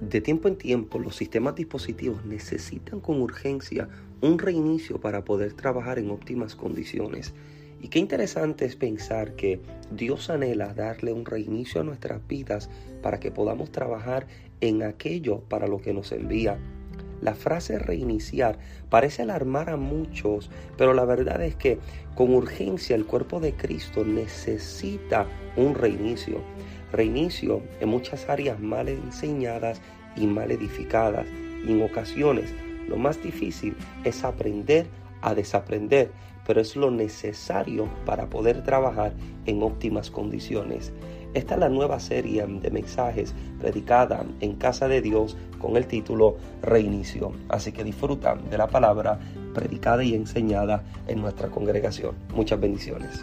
De tiempo en tiempo, los sistemas dispositivos necesitan con urgencia un reinicio para poder trabajar en óptimas condiciones. Y qué interesante es pensar que Dios anhela darle un reinicio a nuestras vidas para que podamos trabajar en aquello para lo que nos envía. La frase reiniciar parece alarmar a muchos, pero la verdad es que con urgencia el cuerpo de Cristo necesita un reinicio. Reinicio en muchas áreas mal enseñadas y mal edificadas. Y en ocasiones lo más difícil es aprender a desaprender, pero es lo necesario para poder trabajar en óptimas condiciones. Esta es la nueva serie de mensajes predicada en Casa de Dios con el título Reinicio. Así que disfrutan de la palabra predicada y enseñada en nuestra congregación. Muchas bendiciones.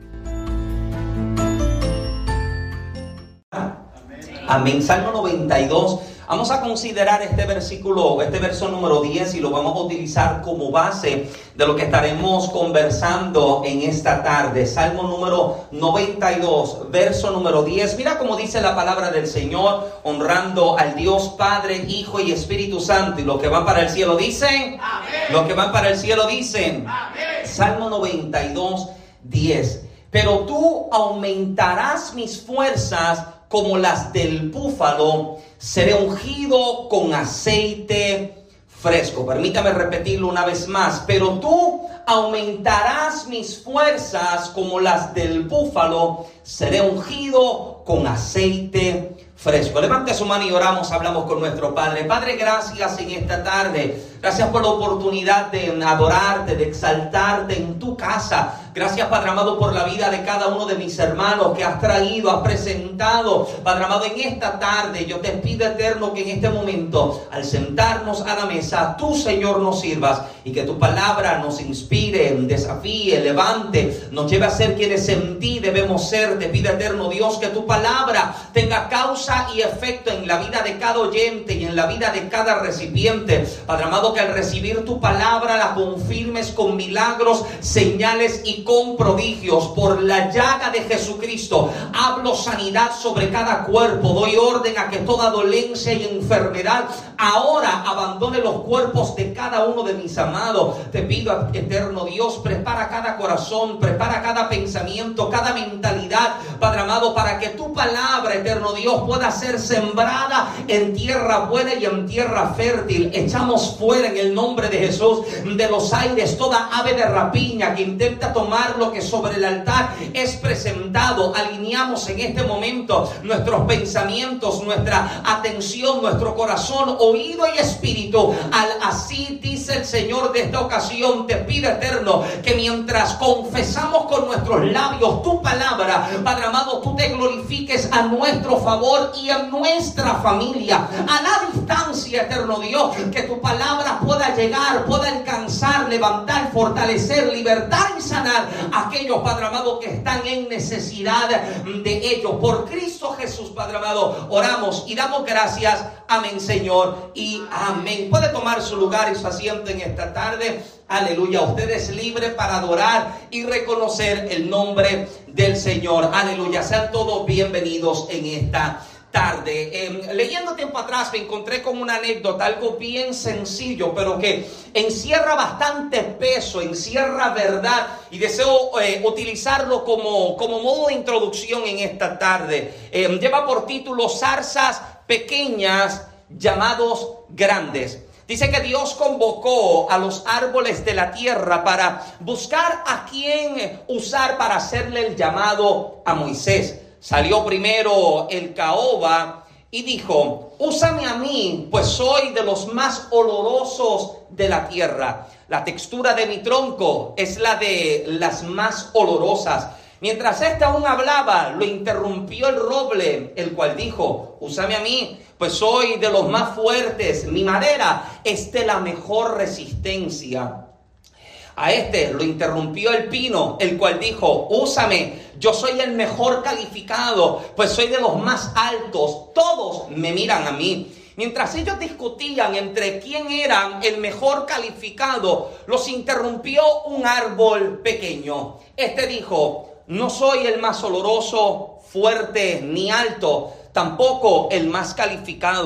Amén. Salmo 92. Vamos a considerar este verso número 10 y lo vamos a utilizar como base de lo que estaremos conversando en esta tarde. Salmo número 92, verso número 10. Mira cómo dice la palabra del Señor, honrando al Dios Padre, Hijo y Espíritu Santo. Y los que van para el cielo dicen, amén. Los que van para el cielo dicen, amén. Salmo 92, 10. Pero tú aumentarás mis fuerzas como las del búfalo, seré ungido con aceite fresco. Permítame repetirlo una vez más. Pero tú aumentarás mis fuerzas como las del búfalo, seré ungido con aceite fresco. Levante su mano y oramos, hablamos con nuestro Padre. Padre, gracias en esta tarde. Gracias por la oportunidad de adorarte, de exaltarte en tu casa. Gracias, Padre amado, por la vida de cada uno de mis hermanos que has traído, has presentado. Padre amado, en esta tarde yo te pido, eterno, que en este momento, al sentarnos a la mesa, tú, Señor, nos sirvas y que tu palabra nos inspire, desafíe, levante, nos lleve a ser quienes en ti debemos ser. Te pido, eterno Dios, que tu palabra tenga causa y efecto en la vida de cada oyente y en la vida de cada recipiente. Padre amado, que al recibir tu palabra la confirmes con milagros, señales y con prodigios. Por la llaga de Jesucristo hablo sanidad sobre cada cuerpo. Doy orden a que toda dolencia y enfermedad ahora abandone los cuerpos de cada uno de mis amados. Te pido, eterno Dios, prepara cada corazón, prepara cada pensamiento, cada mentalidad, Padre amado, para que tu palabra, eterno Dios, pueda ser sembrada en tierra buena y en tierra fértil. Echamos fuera en el nombre de Jesús de los aires toda ave de rapiña que intenta tomar lo que sobre el altar es presentado. Alineamos en este momento nuestros pensamientos, nuestra atención, nuestro corazón, oído y espíritu. Así dice el Señor de esta ocasión. Te pido, eterno, que mientras confesamos con nuestros labios tu palabra, Padre amado, tú te glorifiques a nuestro favor y en nuestra familia. A la distancia, eterno Dios, que tu palabra pueda llegar, pueda alcanzar, levantar, fortalecer, libertar y sanar a aquellos, Padre amado, que están en necesidad de ellos. Por Cristo Jesús, Padre amado, oramos y damos gracias. Amén, Señor, y amén. Puede tomar su lugar y su asiento en esta tarde. Aleluya. Usted es libre para adorar y reconocer el nombre del Señor. Aleluya. Sean todos bienvenidos en esta tarde. Leyendo tiempo atrás me encontré con una anécdota, algo bien sencillo, pero que encierra bastante peso, encierra verdad, y deseo utilizarlo como modo de introducción en esta tarde. Lleva por título Zarzas pequeñas llamados grandes. Dice que Dios convocó a los árboles de la tierra para buscar a quién usar para hacerle el llamado a Moisés. Salió primero el caoba y dijo: úsame a mí, pues soy de los más olorosos de la tierra. La textura de mi tronco es la de las más olorosas. Mientras éste aún hablaba, lo interrumpió el roble, el cual dijo: úsame a mí, pues soy de los más fuertes. Mi madera es de la mejor resistencia. A este lo interrumpió el pino, el cual dijo: úsame, yo soy el mejor calificado, pues soy de los más altos. Todos me miran a mí. Mientras ellos discutían entre quién era el mejor calificado, los interrumpió un árbol pequeño. Este dijo: no soy el más oloroso, fuerte ni alto, tampoco el más calificado.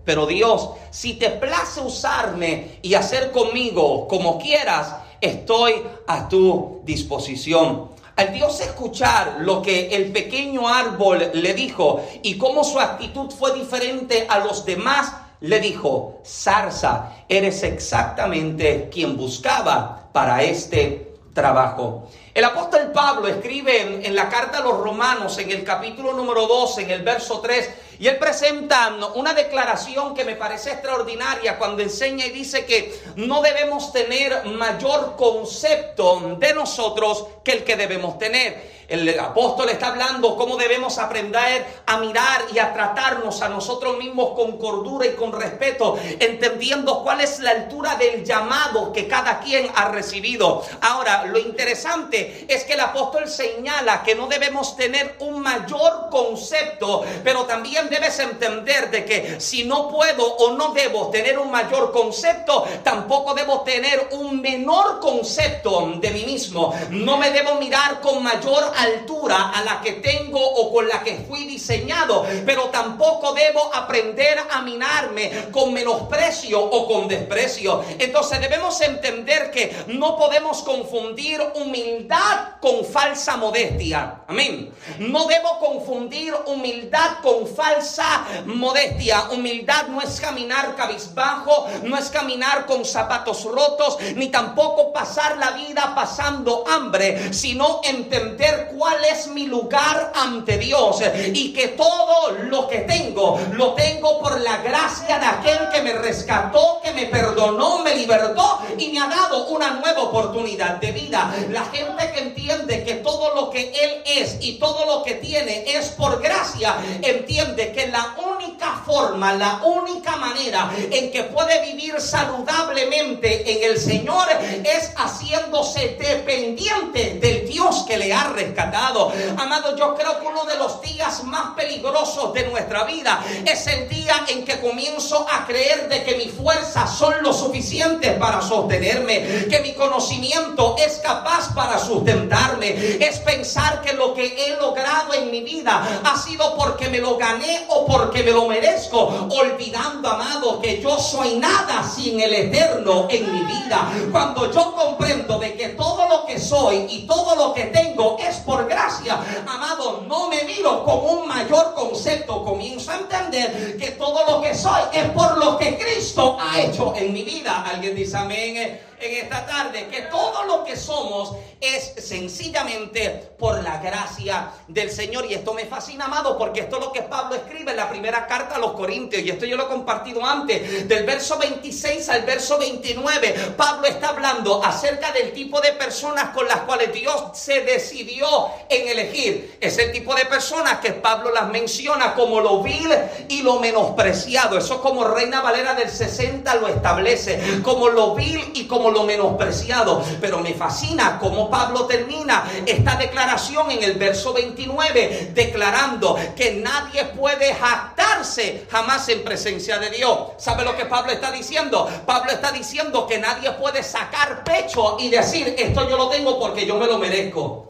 Pero Dios, si te place usarme y hacer conmigo como quieras, estoy a tu disposición. Al Dios escuchar lo que el pequeño árbol le dijo y cómo su actitud fue diferente a los demás, le dijo: zarza, eres exactamente quien buscaba para este trabajo. El apóstol Pablo escribe en la carta a los Romanos, en el capítulo número 2, en el verso 3, y él presenta una declaración que me parece extraordinaria cuando enseña y dice que no debemos tener mayor concepto de nosotros que el que debemos tener. El apóstol está hablando cómo debemos aprender a mirar y a tratarnos a nosotros mismos con cordura y con respeto, entendiendo cuál es la altura del llamado que cada quien ha recibido. Ahora, lo interesante es que el apóstol señala que no debemos tener un mayor concepto, pero también debes entender de que si no puedo o no debo tener un mayor concepto, tampoco debo tener un menor concepto de mí mismo. No me debo mirar con mayor altura a la que tengo o con la que fui diseñado, pero tampoco debo aprender a mirarme con menosprecio o con desprecio. Entonces debemos entender que no podemos confundir humildad con falsa modestia. Amén. No debo confundir humildad con falsa modestia. Humildad no es caminar cabizbajo, no es caminar con zapatos rotos, ni tampoco pasar la vida pasando hambre, sino entender cuál es mi lugar ante Dios y que todo lo que tengo, lo tengo por la gracia de aquel que me rescató, que me perdonó, me libertó y me ha dado una nueva oportunidad de vida. La gente que entiende que todo lo que Él es y todo lo que tiene es por gracia, entiende que la única forma, la única manera en que puede vivir saludablemente en el Señor es haciéndose dependiente del Dios que le ha rescatado. Amado, yo creo que uno de los días más peligrosos de nuestra vida es el día en que comienzo a creer de que mis fuerzas son lo suficientes para sostenerme, que mi conocimiento es capaz para sustentarme. Es pensar que lo que he logrado en mi vida ha sido porque me lo gané o porque me lo merezco, olvidando, amado, que yo soy nada sin el Eterno en mi vida. Cuando yo comprendo de que todo lo que soy y todo lo que tengo es por gracia, amado, no me miro con un mayor concepto. Comienzo a entender que todo lo que soy es por lo que Cristo ha hecho en mi vida. Alguien dice amén en esta tarde, que todo lo que somos es sencillamente por la gracia del Señor. Y esto me fascina, amado, porque esto es lo que Pablo escribe en la primera carta a los Corintios, y esto yo lo he compartido antes. Del verso 26 al verso 29, Pablo está hablando acerca del tipo de personas con las cuales Dios se decidió en elegir. Es el tipo de personas que Pablo las menciona como lo vil y lo menospreciado. Eso, como Reina Valera del 60 lo establece, como lo vil y como lo menospreciado. Pero me fascina cómo Pablo termina esta declaración en el verso 29, declarando que nadie puede jactarse jamás en presencia de Dios. ¿Sabe lo que Pablo está diciendo? Pablo está diciendo que nadie puede sacar pecho y decir: esto yo lo tengo porque yo me lo merezco.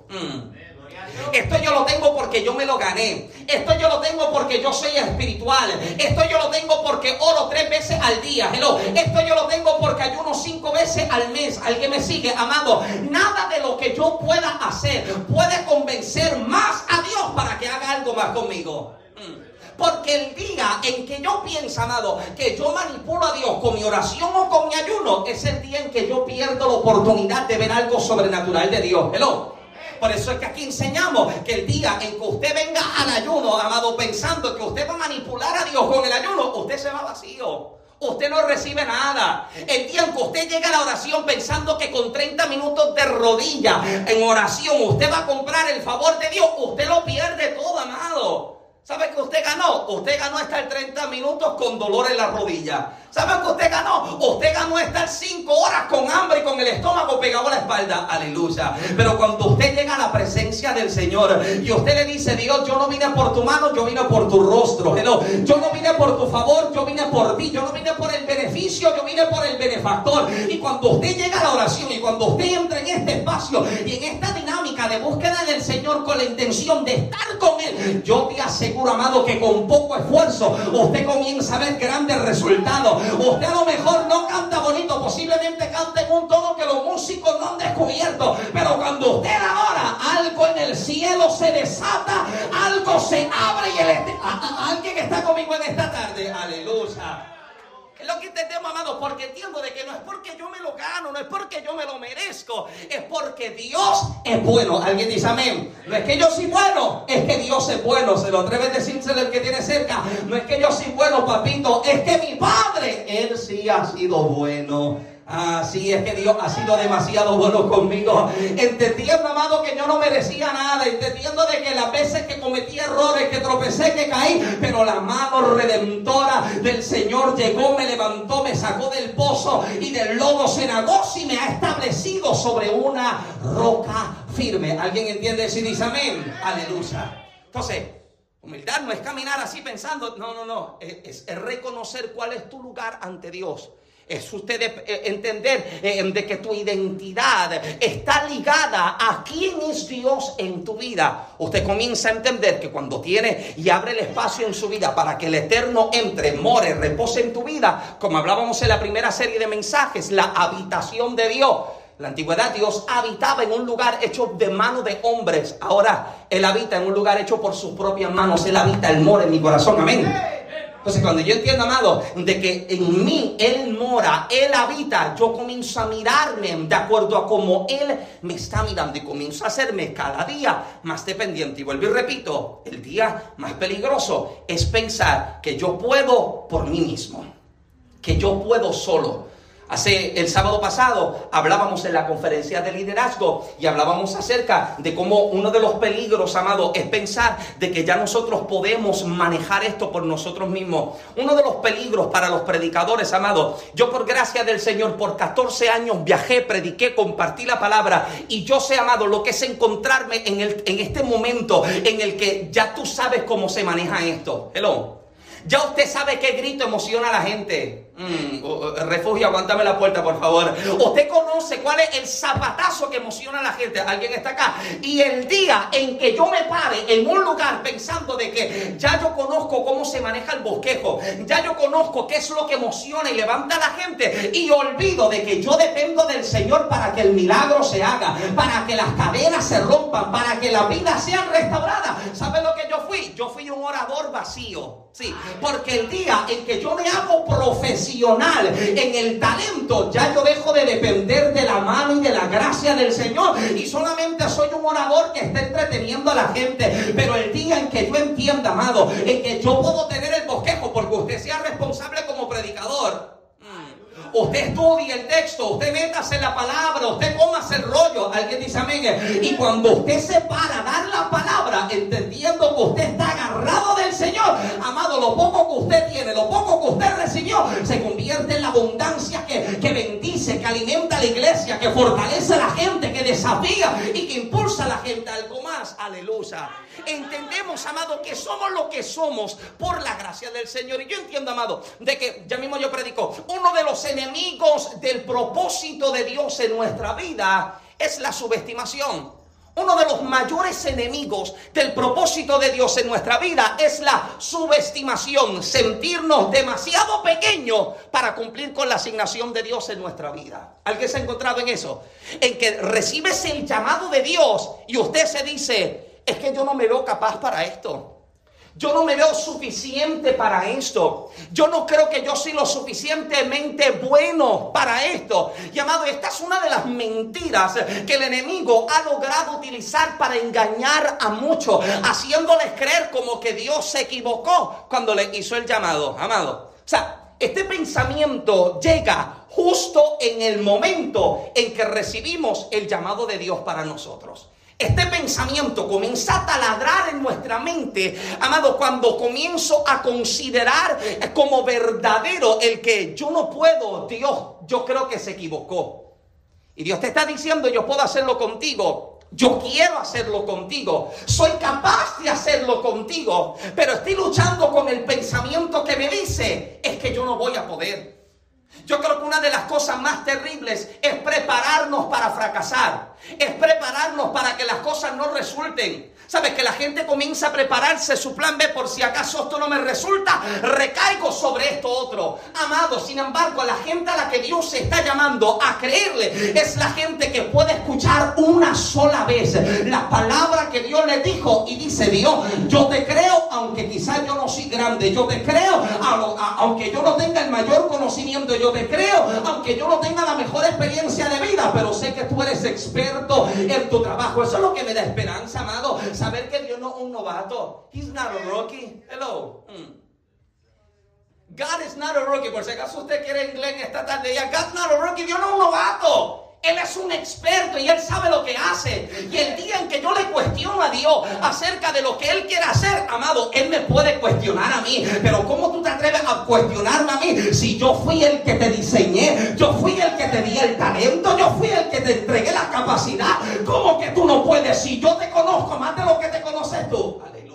Esto yo lo tengo porque yo me lo gané. Esto yo lo tengo porque yo soy espiritual. Esto yo lo tengo porque oro 3 veces al día. Hello. Esto yo lo tengo porque ayuno 5 veces al mes. ¿Alguien me sigue, amado? Nada de lo que yo pueda hacer puede convencer más a Dios para que haga algo más conmigo. Porque el día en que yo pienso, amado, que yo manipulo a Dios con mi oración o con mi ayuno, es el día en que yo pierdo la oportunidad de ver algo sobrenatural de Dios. Hello. Por eso es que aquí enseñamos que el día en que usted venga al ayuno, amado, pensando que usted va a manipular a Dios con el ayuno, usted se va vacío. Usted no recibe nada. El día en que usted llega a la oración pensando que con 30 minutos de rodilla en oración usted va a comprar el favor de Dios, usted lo pierde todo, amado. ¿Sabe que usted ganó? Usted ganó estar 30 minutos con dolor en la rodilla. ¿Sabe que usted ganó? Usted ganó estar 5 horas con hambre y con el estómago pegado a la espalda. Aleluya. Pero cuando usted llega a la presencia del Señor y usted le dice: Dios, yo no vine por tu mano, yo vine por tu rostro. Yo no vine por tu favor, yo vine por ti. Yo no vine por el beneficio, yo vine por el benefactor. Y cuando usted llega a la oración y cuando usted entra en este espacio y en esta dinámica búsqueda en el Señor con la intención de estar con Él, yo te aseguro, amado, que con poco esfuerzo usted comienza a ver grandes resultados. Usted a lo mejor no canta bonito, posiblemente cante en un tono que los músicos no han descubierto, pero cuando usted adora, algo en el cielo se desata, algo se abre y alguien está conmigo en esta tarde, aleluya. Es lo que entendemos, amados, porque entiendo de que no es porque yo me lo gano, no es porque yo me lo merezco, es porque Dios es bueno. ¿Alguien dice amén? No es que yo soy bueno, es que Dios es bueno. Se lo atreve a decírselo el que tiene cerca. No es que yo soy bueno, papito, es que mi Padre, Él sí ha sido bueno. Así es que Dios ha sido demasiado bueno conmigo. Entendiendo, amado, que yo no merecía nada. Entendiendo de que las veces que cometí errores, que tropecé, que caí, pero la mano redentora del Señor llegó, me levantó, me sacó del pozo y del lodo cenagoso y me ha establecido sobre una roca firme. ¿Alguien entiende eso y dice amén? Aleluya. Entonces, humildad no es caminar así pensando, no. Es reconocer cuál es tu lugar ante Dios. Es usted entender de que tu identidad está ligada a quién es Dios en tu vida. Usted comienza a entender que cuando tiene y abre el espacio en su vida para que el Eterno entre, more, repose en tu vida, como hablábamos en la primera serie de mensajes, la habitación de Dios. En la antigüedad Dios habitaba en un lugar hecho de mano de hombres. Ahora Él habita en un lugar hecho por sus propias manos. Él habita, Él mora en mi corazón. Amén. Entonces, cuando yo entiendo, amado, de que en mí Él mora, Él habita, yo comienzo a mirarme de acuerdo a cómo Él me está mirando y comienzo a hacerme cada día más dependiente. Y vuelvo y repito, el día más peligroso es pensar que yo puedo por mí mismo, que yo puedo solo. El sábado pasado hablábamos en la conferencia de liderazgo y hablábamos acerca de cómo uno de los peligros, amado, es pensar de que ya nosotros podemos manejar esto por nosotros mismos. Uno de los peligros para los predicadores, amado, yo por gracia del Señor por 14 años viajé, prediqué, compartí la palabra y yo sé, amado, lo que es encontrarme en este momento en el que ya tú sabes cómo se maneja esto. Hello. Ya usted sabe qué grito emociona a la gente. Refugio, aguántame la puerta, por favor. Usted conoce cuál es el zapatazo que emociona a la gente. ¿Alguien está acá? Y el día en que yo me pare en un lugar pensando de que ya yo conozco cómo se maneja el bosquejo, ya yo conozco qué es lo que emociona y levanta a la gente, y olvido de que yo dependo del Señor para que el milagro se haga, para que las cadenas se rompan, para que la vida sea restaurada. ¿Sabe lo que yo fui? Yo fui un orador vacío. Sí, porque el día en que yo me hago profesional en el talento, ya yo dejo de depender de la mano y de la gracia del Señor y solamente soy un orador que está entreteniendo a la gente. Pero el día en que yo entienda, amado, en que yo puedo tener el bosquejo, porque usted sea responsable como predicador, usted estudie el texto, usted métase en la palabra, usted cómase el rollo. Alguien dice amén. Y cuando usted se para a dar la palabra, entendiendo que usted está agarrado del Señor, amado, lo poco que usted tiene, lo poco que usted recibió, se convierte en la abundancia que bendice, que alimenta a la iglesia, que fortalece a la gente, que desafía y que impulsa a la gente a algo más. Aleluya. Entendemos, amado, que somos lo que somos por la gracia del Señor. Y yo entiendo, amado, de que ya mismo yo predico, uno de los enemigos del propósito de Dios en nuestra vida es la subestimación. Uno de los mayores enemigos del propósito de Dios en nuestra vida es la subestimación, sentirnos demasiado pequeños para cumplir con la asignación de Dios en nuestra vida. ¿Alguien se ha encontrado en eso? En que recibes el llamado de Dios y usted se dice, es que yo no me veo capaz para esto. Yo no me veo suficiente para esto. Yo no creo que yo soy lo suficientemente bueno para esto. Y amado, esta es una de las mentiras que el enemigo ha logrado utilizar para engañar a muchos, haciéndoles creer como que Dios se equivocó cuando le hizo el llamado. Amado, o sea, este pensamiento llega justo en el momento en que recibimos el llamado de Dios para nosotros. Este pensamiento comienza a taladrar en nuestra mente, amado, cuando comienzo a considerar como verdadero el que yo no puedo, Dios, yo creo que se equivocó. Y Dios te está diciendo, yo puedo hacerlo contigo, yo quiero hacerlo contigo, soy capaz de hacerlo contigo, pero estoy luchando con el pensamiento que me dice, es que yo no voy a poder. Yo creo que una de las cosas más terribles es prepararnos para fracasar. Es prepararnos para que las cosas no resulten. ¿Sabes? Que la gente comienza a prepararse su plan B por si acaso esto no me resulta, recaigo sobre esto otro. Amado, sin embargo, la gente a la que Dios se está llamando a creerle es la gente que puede escuchar una sola vez la palabra que Dios le dijo y dice: Dios, yo te creo aunque quizás yo no soy grande, yo te creo aunque yo no tenga el mayor conocimiento, yo te creo aunque yo no tenga la mejor experiencia de vida, pero sé que tú eres experto en tu trabajo. Eso es lo que me da esperanza, amado. Saber que Dios no es un novato. He's not a rookie. Hello. God is not a rookie. Por si acaso usted quiere inglés en esta tarde, ya, God's not a rookie. Dios no es un novato. Él es un experto y Él sabe lo que hace. Y el día en que yo le cuestiono a Dios acerca de lo que Él quiere hacer, amado, Él me puede cuestionar a mí. Pero ¿cómo tú te atreves a cuestionarme a mí si yo fui el que te diseñé? Yo fui el que te di el talento. Yo fui el que te entregué la capacidad. ¿Cómo que tú no puedes si yo te conozco más de lo que te conoces tú? Aleluya.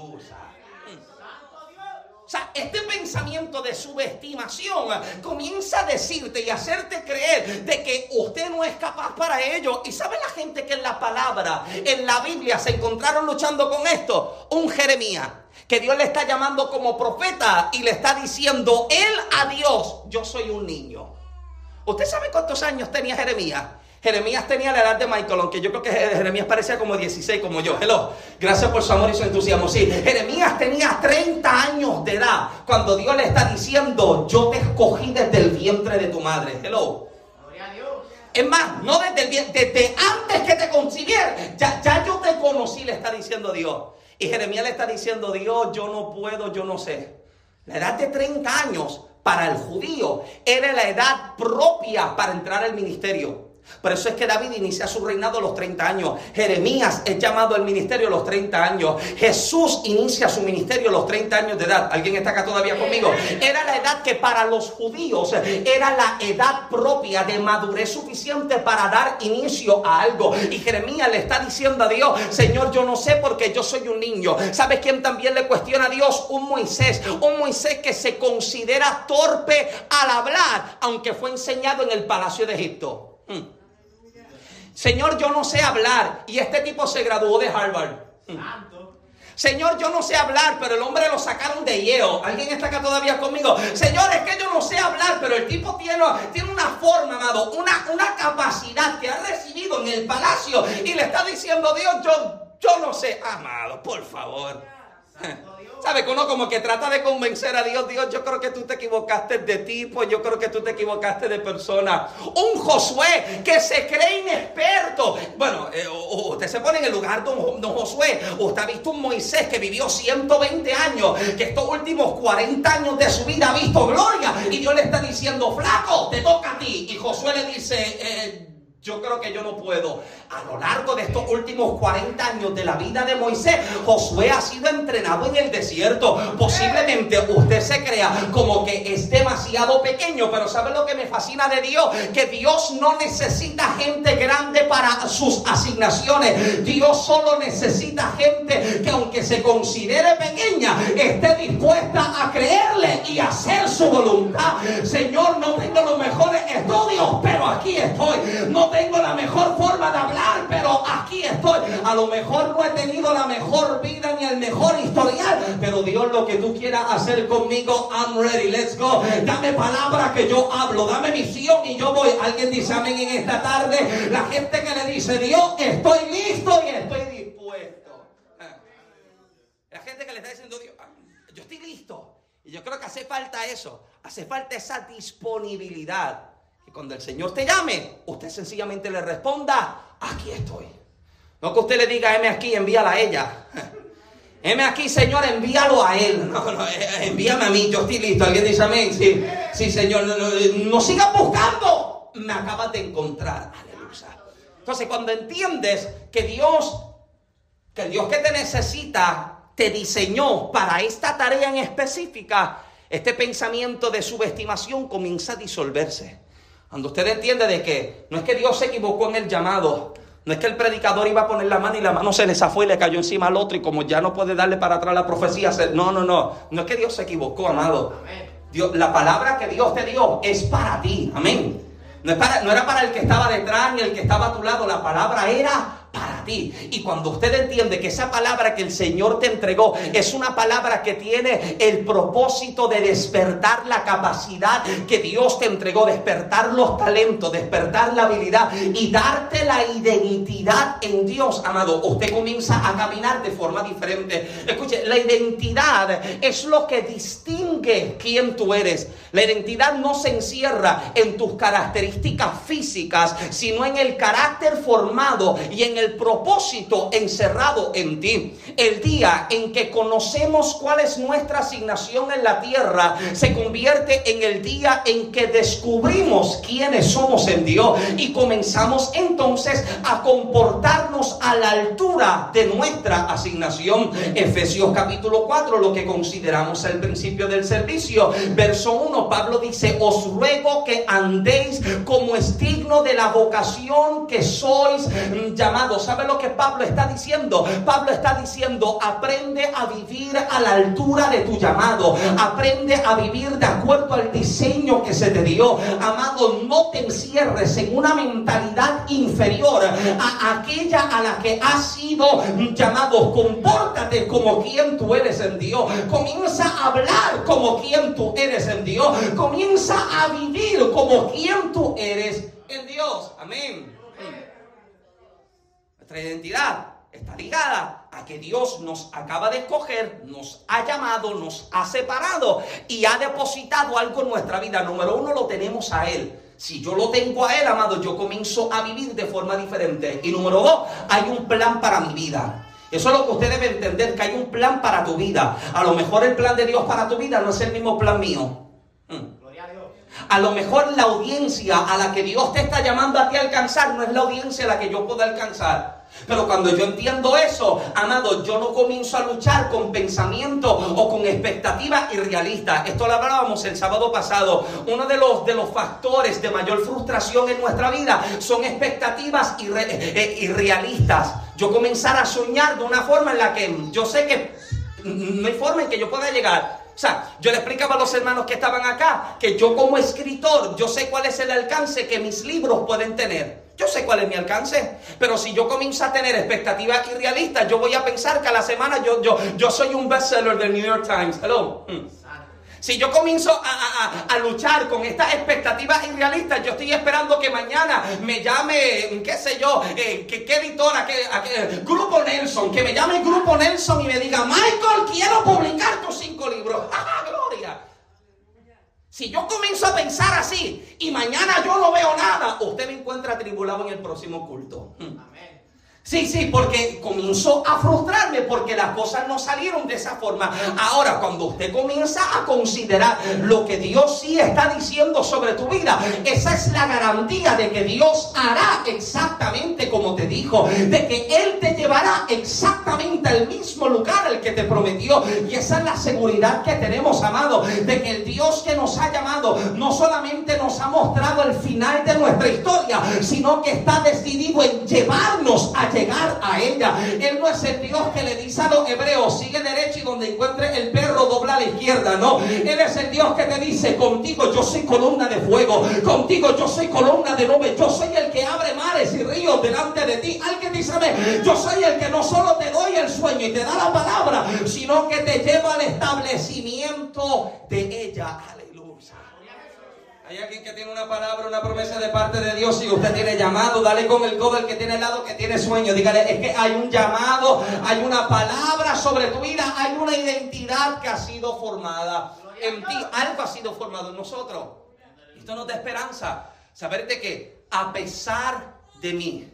O sea, este pensamiento de subestimación comienza a decirte y hacerte creer de que usted no es capaz para ello. ¿Y sabe la gente que en la palabra, en la Biblia, se encontraron luchando con esto? Un Jeremías, que Dios le está llamando como profeta y le está diciendo él a Dios: yo soy un niño. ¿Usted sabe cuántos años tenía Jeremías? Jeremías tenía la edad de Michael, aunque yo creo que Jeremías parecía como 16, como yo. Hello, gracias por su amor y su entusiasmo. Sí, Jeremías tenía 30 años de edad cuando Dios le está diciendo: yo te escogí desde el vientre de tu madre. Hello. Gloria a Dios. Es más, no desde el vientre, desde antes que te concibiera, ya yo te conocí, le está diciendo Dios. Y Jeremías le está diciendo: Dios, yo no puedo, yo no sé. La edad de 30 años para el judío era la edad propia para entrar al ministerio. Por eso es que David inicia su reinado a los 30 años. Jeremías es llamado al ministerio a los 30 años. Jesús inicia su ministerio a los 30 años de edad. ¿Alguien está acá todavía conmigo? Era la edad que para los judíos era la edad propia de madurez suficiente para dar inicio a algo. Y Jeremías le está diciendo a Dios: Señor, yo no sé porque yo soy un niño. ¿Sabes quién también le cuestiona a Dios? Un Moisés. Un Moisés que se considera torpe al hablar, aunque fue enseñado en el palacio de Egipto. Señor, yo no sé hablar. Y este tipo se graduó de Harvard. Señor, yo no sé hablar, pero el hombre lo sacaron de Yale. ¿Alguien está acá todavía conmigo? Señor, es que yo no sé hablar, pero el tipo tiene una forma, amado, una capacidad que ha recibido en el palacio. Y le está diciendo: Dios, yo no sé. Amado, por favor. ¿Sabe que uno como que trata de convencer a Dios? Dios, yo creo que tú te equivocaste de tipo, yo creo que tú te equivocaste de persona. Un Josué que se cree inexperto. Bueno, usted se pone en el lugar de un Josué. Usted ha visto un Moisés que vivió 120 años, que estos últimos 40 años de su vida ha visto gloria. Y Dios le está diciendo: flaco, te toca a ti. Y Josué le dice: yo creo que yo no puedo. A lo largo de estos últimos 40 años de la vida de Moisés, Josué ha sido entrenado en el desierto. Posiblemente usted se crea como que es demasiado pequeño, pero ¿sabe lo que me fascina de Dios? Que Dios no necesita gente grande para sus asignaciones. Dios solo necesita gente que, aunque se considere pequeña, esté dispuesta a creerle y hacer su voluntad. Señor, no tengo los mejores estudios, pero aquí estoy. No tengo la mejor forma de hablar, pero aquí estoy. A lo mejor no he tenido la mejor vida ni el mejor historial, pero Dios, lo que tú quieras hacer conmigo, I'm ready, let's go. Dame palabra que yo hablo, dame misión y yo voy. Alguien dice amén en esta tarde. La gente que le dice: Dios, estoy listo y estoy dispuesto. La gente que le está diciendo: Dios, yo estoy listo. Y yo creo que hace falta eso, hace falta esa disponibilidad. Y cuando el Señor te llame, usted sencillamente le responda: aquí estoy. No que usted le diga: heme aquí, envíala a ella. Heme aquí, Señor, envíalo a él. No, envíame a mí, yo estoy listo. ¿Alguien dice amén? Sí, Señor, no sigas buscando. Me acabas de encontrar. Aleluya. Entonces, cuando entiendes que Dios que te necesita, te diseñó para esta tarea en específica, este pensamiento de subestimación comienza a disolverse. Cuando usted entiende de que no es que Dios se equivocó en el llamado, no es que el predicador iba a poner la mano y la mano se le zafó y le cayó encima al otro y como ya no puede darle para atrás la profecía, no es que Dios se equivocó, amado. la palabra que Dios te dio es para ti. Amén. No era para el que estaba detrás ni el que estaba a tu lado. La palabra era para ti. Y cuando usted entiende que esa palabra que el Señor te entregó es una palabra que tiene el propósito de despertar la capacidad que Dios te entregó, despertar los talentos, despertar la habilidad y darte la identidad en Dios, amado, usted comienza a caminar de forma diferente. Escuche, la identidad es lo que distingue quién tú eres. La identidad no se encierra en tus características físicas, sino en el carácter formado y en el propósito encerrado en ti. El día en que conocemos cuál es nuestra asignación en la tierra se convierte en el día en que descubrimos quiénes somos en Dios y comenzamos entonces a comportarnos a la altura de nuestra asignación. Efesios capítulo 4, lo que consideramos el principio del servicio, verso 1, Pablo dice: os ruego que andéis como es digno de la vocación que sois llamados. ¿Sabe lo que Pablo está diciendo? Pablo está diciendo: aprende a vivir a la altura de tu llamado. Aprende a vivir de acuerdo al diseño que se te dio. Amado, no te encierres en una mentalidad inferior a aquella a la que has sido llamado. Compórtate como quien tú eres en Dios. Comienza a hablar como quien tú eres en Dios. Comienza a vivir como quien tú eres en Dios. Amén. Nuestra identidad está ligada a que Dios nos acaba de escoger, nos ha llamado, nos ha separado y ha depositado algo en nuestra vida. Número uno, lo tenemos a Él. Si yo lo tengo a Él, amado, yo comienzo a vivir de forma diferente. Y número dos, hay un plan para mi vida. Eso es lo que usted debe entender, que hay un plan para tu vida. A lo mejor el plan de Dios para tu vida no es el mismo plan mío. A lo mejor la audiencia a la que Dios te está llamando a ti a alcanzar no es la audiencia a la que yo puedo alcanzar. Pero cuando yo entiendo eso, amado, yo no comienzo a luchar con pensamientos o con expectativas irrealistas. Esto lo hablábamos el sábado pasado. Uno de los factores de mayor frustración en nuestra vida son expectativas irrealistas. Yo comenzar a soñar de una forma en la que yo sé que no hay forma en que yo pueda llegar. O sea, yo le explicaba a los hermanos que estaban acá que yo como escritor, yo sé cuál es el alcance que mis libros pueden tener. Yo sé cuál es mi alcance, pero si yo comienzo a tener expectativas irrealistas, yo voy a pensar que a la semana yo soy un bestseller del New York Times. Hello. Si yo comienzo a luchar con estas expectativas irrealistas, yo estoy esperando que mañana me llame, qué sé yo, qué editora, Grupo Nelson, que me llame el Grupo Nelson y me diga: Michael, quiero publicar tus 5 libros. ¡Ja, gloria! Si yo comienzo a pensar así y mañana yo no veo nada, usted me encuentra atribulado en el próximo culto. Amén. Sí, porque comienzo a frustrarme porque las cosas no salieron de esa forma. Ahora, cuando usted comienza a considerar lo que Dios sí está diciendo sobre tu vida, esa es la garantía de que Dios hará exactamente como te dijo, de que Él te llevará exactamente al mismo lugar al que te prometió. Y esa es la seguridad que tenemos, amado, de que el Dios que nos ha llamado no solamente nos ha mostrado el final de nuestra historia, sino que está decidido en llevarnos a llegar a ella. Él no es el Dios que le dice a los hebreos: sigue derecho y donde encuentre el perro dobla a la izquierda. No, Él es el Dios que te dice: contigo yo soy columna de fuego, contigo yo soy columna de nube, yo soy el que abre mares y ríos delante de ti. Alguien dice: yo soy el que no solo te doy el sueño y te da la palabra, sino que te lleva al establecimiento de ella. Hay alguien que tiene una palabra, una promesa de parte de Dios. Si usted tiene llamado, dale con el codo al que tiene al lado que tiene sueño. Dígale: es que hay un llamado, hay una palabra sobre tu vida, hay una identidad que ha sido formada en ti. Algo ha sido formado en nosotros. Esto nos da esperanza. Saber de que a pesar de mí,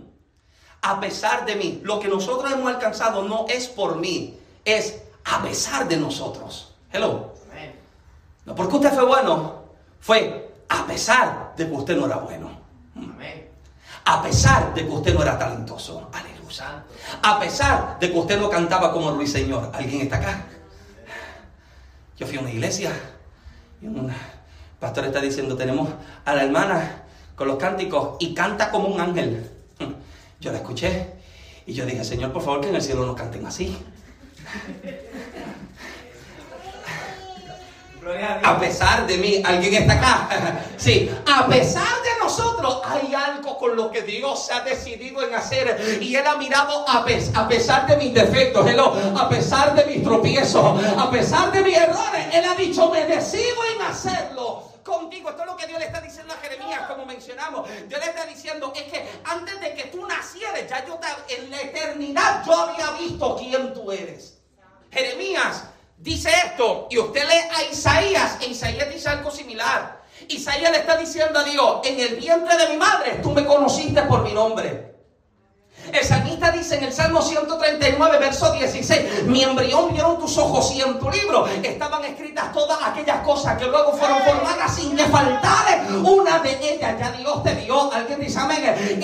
lo que nosotros hemos alcanzado no es por mí, es a pesar de nosotros. Hello. No porque usted fue bueno, fue a pesar de que usted no era bueno. Amén. A pesar de que usted no era talentoso. Aleluya. A pesar de que usted no cantaba como Ruiseñor. ¿Alguien está acá? Yo fui a una iglesia y un pastor está diciendo: tenemos a la hermana con los cánticos y canta como un ángel. Yo la escuché y yo dije: Señor, por favor, que en el cielo no canten así. A pesar de mí, ¿alguien está acá? Sí, a pesar de nosotros, hay algo con lo que Dios se ha decidido en hacer. Y Él ha mirado a pesar de mis defectos, a pesar de mis tropiezos, a pesar de mis errores, Él ha dicho, me decido en hacerlo contigo. Esto es lo que Dios le está diciendo a Jeremías, como mencionamos. Dios le está diciendo, es que antes de que tú nacieras, ya en la eternidad yo había visto quién tú eres. Jeremías dice esto, y usted lee a Isaías, e Isaías dice algo similar. Isaías le está diciendo a Dios, en el vientre de mi madre tú me conociste por mi nombre. El salmista dice en el Salmo 139, verso 16, mi embrión vieron tus ojos y en tu libro estaban escritas todas aquellas cosas que luego fueron formadas sin que faltare una de ellas. Ya Dios te vio. Alguien dice amén.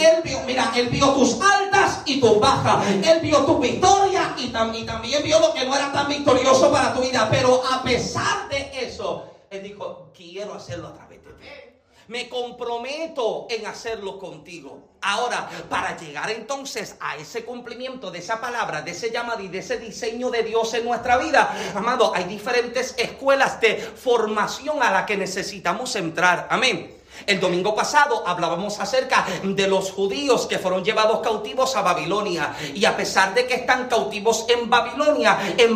Él vio tus altas y tus bajas. Él vio tus victorias y también vio lo que no era tan victorioso para tu vida. Pero a pesar de eso, Él dijo, quiero hacerlo a través de ti. Me comprometo en hacerlo contigo. Ahora, para llegar entonces a ese cumplimiento de esa palabra, de ese llamado y de ese diseño de Dios en nuestra vida, amado, hay diferentes escuelas de formación a la que necesitamos entrar. Amén. El domingo pasado hablábamos acerca de los judíos que fueron llevados cautivos a Babilonia. Y a pesar de que están cautivos en Babilonia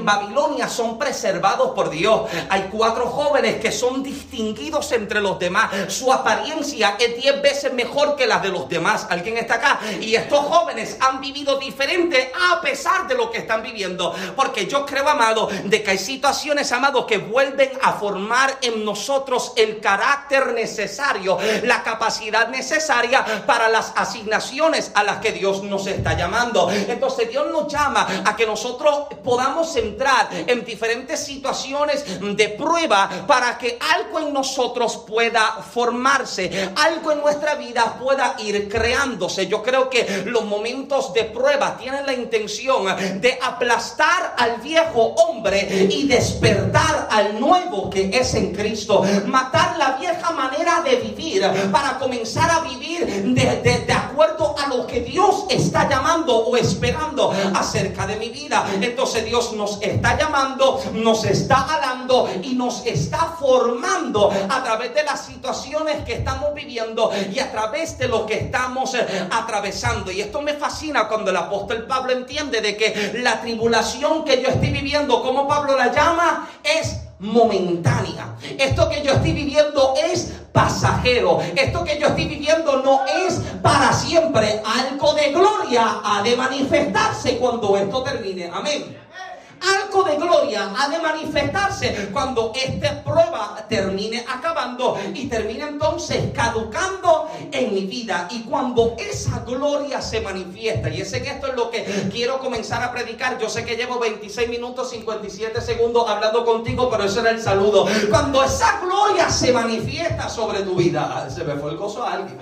son preservados por Dios. Hay 4 jóvenes que son distinguidos entre los demás. Su apariencia es 10 veces mejor que la de los demás. ¿Alguien está acá? Y estos jóvenes han vivido diferente a pesar de lo que están viviendo. Porque yo creo, amado, de que hay situaciones, amado, que vuelven a formar en nosotros el carácter necesario, la capacidad necesaria para las asignaciones a las que Dios nos está llamando. Entonces Dios nos llama a que nosotros podamos entrar en diferentes situaciones de prueba para que algo en nosotros pueda formarse, algo en nuestra vida pueda ir creándose. Yo creo que los momentos de prueba tienen la intención de aplastar al viejo hombre y despertar al nuevo que es en Cristo, matar la vieja manera de vivir para comenzar a vivir de acuerdo a lo que Dios está llamando o esperando acerca de mi vida. Entonces Dios nos está llamando, nos está jalando y nos está formando a través de las situaciones que estamos viviendo y a través de lo que estamos atravesando. Y esto me fascina cuando el apóstol Pablo entiende de que la tribulación que yo estoy viviendo, como Pablo la llama, es momentánea. Esto que yo estoy viviendo es pasajero. Esto que yo estoy viviendo no es para siempre. Algo de gloria ha de manifestarse cuando esto termine. Amén. Algo de gloria ha de manifestarse cuando esta prueba termine acabando y termine entonces caducando en mi vida. Y cuando esa gloria se manifiesta, y sé que esto es lo que quiero comenzar a predicar. Yo sé que llevo 26 minutos 57 segundos hablando contigo, pero ese era el saludo. Cuando esa gloria se manifiesta sobre tu vida, se me fue el gozo a alguien.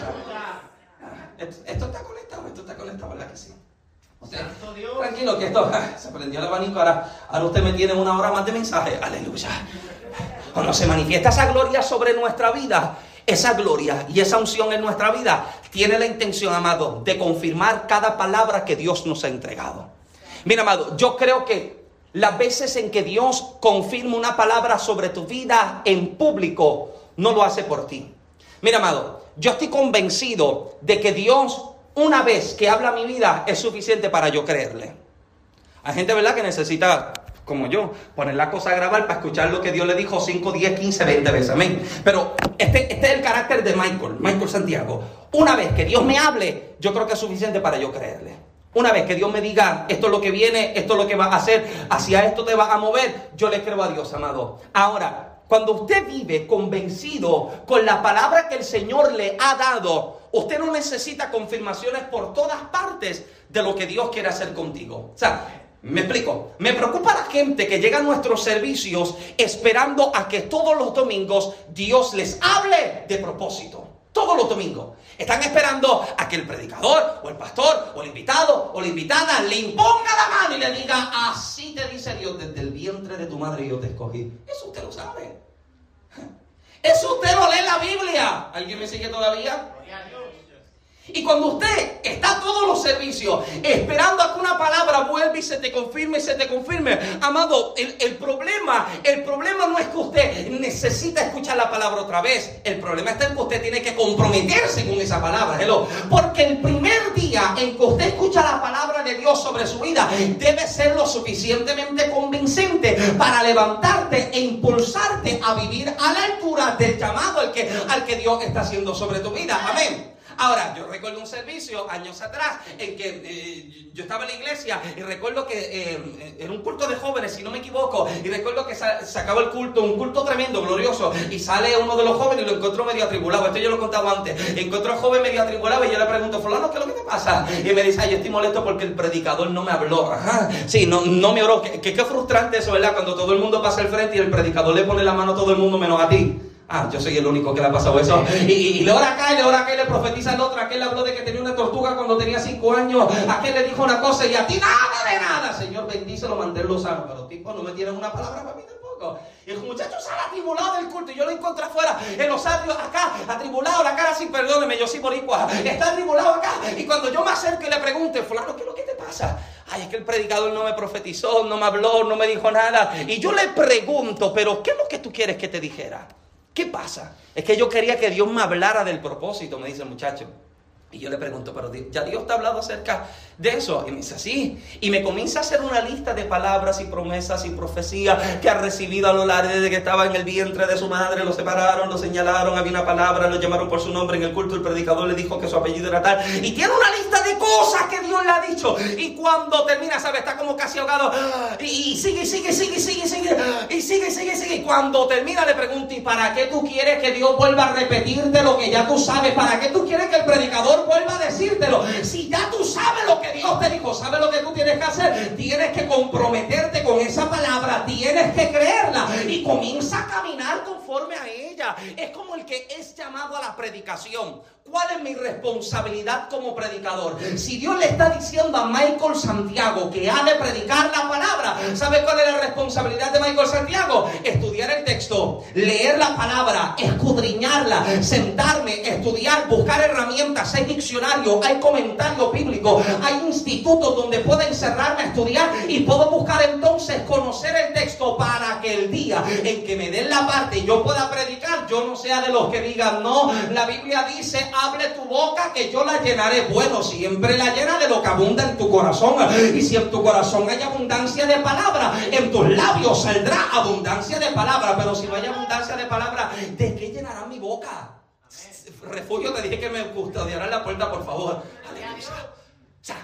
Esto está conectado, ¿verdad que sí? Tranquilo, que esto se prendió el abanico. Ahora usted me tiene 1 hora más de mensaje. Aleluya. Cuando se manifiesta esa gloria sobre nuestra vida, esa gloria y esa unción en nuestra vida tiene la intención, amado, de confirmar cada palabra que Dios nos ha entregado. Mira, amado, yo creo que las veces en que Dios confirma una palabra sobre tu vida en público, no lo hace por ti. Mira, amado, yo estoy convencido de que Dios, una vez que habla mi vida, es suficiente para yo creerle. Hay gente, ¿verdad?, que necesita, como yo, poner la cosa a grabar para escuchar lo que Dios le dijo 5, 10, 15, 20 veces. Amén. Pero este es el carácter de Michael Santiago. Una vez que Dios me hable, yo creo que es suficiente para yo creerle. Una vez que Dios me diga, esto es lo que viene, esto es lo que vas a hacer, hacia esto te vas a mover, yo le creo a Dios, amado. Ahora, cuando usted vive convencido con la palabra que el Señor le ha dado, usted no necesita confirmaciones por todas partes de lo que Dios quiere hacer contigo. O sea, me explico. Me preocupa la gente que llega a nuestros servicios esperando a que todos los domingos Dios les hable de propósito. Todos los domingos. Están esperando a que el predicador o el pastor o el invitado o la invitada le imponga la mano y le diga, así te dice Dios, desde el vientre de tu madre yo te escogí. Eso usted lo sabe. Eso usted lo lee en la Biblia. ¿Alguien me sigue todavía? Y cuando usted está todos los servicios esperando a que una palabra vuelva y se te confirme, amado, el problema no es que usted necesita escuchar la palabra otra vez. El problema está en que usted tiene que comprometerse con esa palabra. Hello. Porque el primer día en que usted escucha la palabra de Dios sobre su vida debe ser lo suficientemente convincente para levantarte e impulsarte a vivir a la altura del llamado al que Dios está haciendo sobre tu vida. Amén. Ahora, yo recuerdo un servicio años atrás en que yo estaba en la iglesia y recuerdo que era un culto de jóvenes, si no me equivoco, y recuerdo que se acabó el culto, un culto tremendo, glorioso, y sale uno de los jóvenes y lo encontró medio atribulado. Esto yo lo he contado antes. Encontró al joven medio atribulado y yo le pregunto, fulano, ¿qué es lo que te pasa? Y me dice, ay, yo estoy molesto porque el predicador no me habló. Ajá, sí, no me oró. Qué frustrante eso, ¿verdad? Cuando todo el mundo pasa al frente y el predicador le pone la mano a todo el mundo menos a ti. Ah, yo soy el único que le ha pasado eso. Y le ora acá, y le profetiza al otro. Aquel le habló de que tenía una tortuga cuando tenía 5 años. Aquel le dijo una cosa y a ti nada de nada. Señor, bendícelo, manténlo sano. Pero tipo, no me tienen una palabra para mí tampoco. Y el muchacho sale atribulado del culto. Y yo lo encontré afuera, en los atrios, acá, atribulado, la cara así, perdóneme, yo soy boricua. Está atribulado acá. Y cuando yo me acerco y le pregunto, fulano, ¿qué es lo que te pasa? Ay, es que el predicador no me profetizó, no me habló, no me dijo nada. Y yo le pregunto, pero ¿qué es lo que tú quieres que te dijera? ¿Qué pasa? Es que yo quería que Dios me hablara del propósito, me dice el muchacho. Y yo le pregunto, pero ¿ya Dios te ha hablado acerca de eso? Y me dice, sí. Y me comienza a hacer una lista de palabras y promesas y profecías que ha recibido a lo largo desde que estaba en el vientre de su madre. Lo separaron, lo señalaron, había una palabra, lo llamaron por su nombre en el culto. El predicador le dijo que su apellido era tal. Y tiene una lista de cosas que Dios le ha dicho. Y cuando termina, ¿sabe? Está como casi ahogado. Y sigue. Y sigue. Y cuando termina le pregunto, ¿y para qué tú quieres que Dios vuelva a repetirte lo que ya tú sabes? ¿Para qué tú quieres que el predicador vuelva a decírtelo? Si ya tú sabes lo que Dios te dijo, sabes lo que tú tienes que hacer. Tienes que comprometerte con esa palabra, tienes que creerla y comienza a caminar conforme a ella. Es como el que es llamado a la predicación. ¿Cuál es mi responsabilidad como predicador? Si Dios le está diciendo a Michael Santiago que ha de predicar la palabra, ¿sabe cuál es la responsabilidad de Michael Santiago? Estudiar el texto, leer la palabra, escudriñarla, sentarme, estudiar, buscar herramientas. Hay diccionario, hay comentario bíblico, hay institutos donde puedo encerrarme a estudiar y puedo buscar entonces conocer el texto para que el día en que me den la parte y yo pueda predicar, yo no sea de los que digan, no, la Biblia dice, abre tu boca que yo la llenaré. Bueno, siempre la llena de lo que abunda en tu corazón. Y si en tu corazón hay abundancia de palabra, en tus labios saldrá abundancia de palabra. Pero si no hay abundancia de palabra, ¿de qué llenará mi boca? Refugio, te dije que me custodiarán la puerta, por favor. Aleluya. O sea,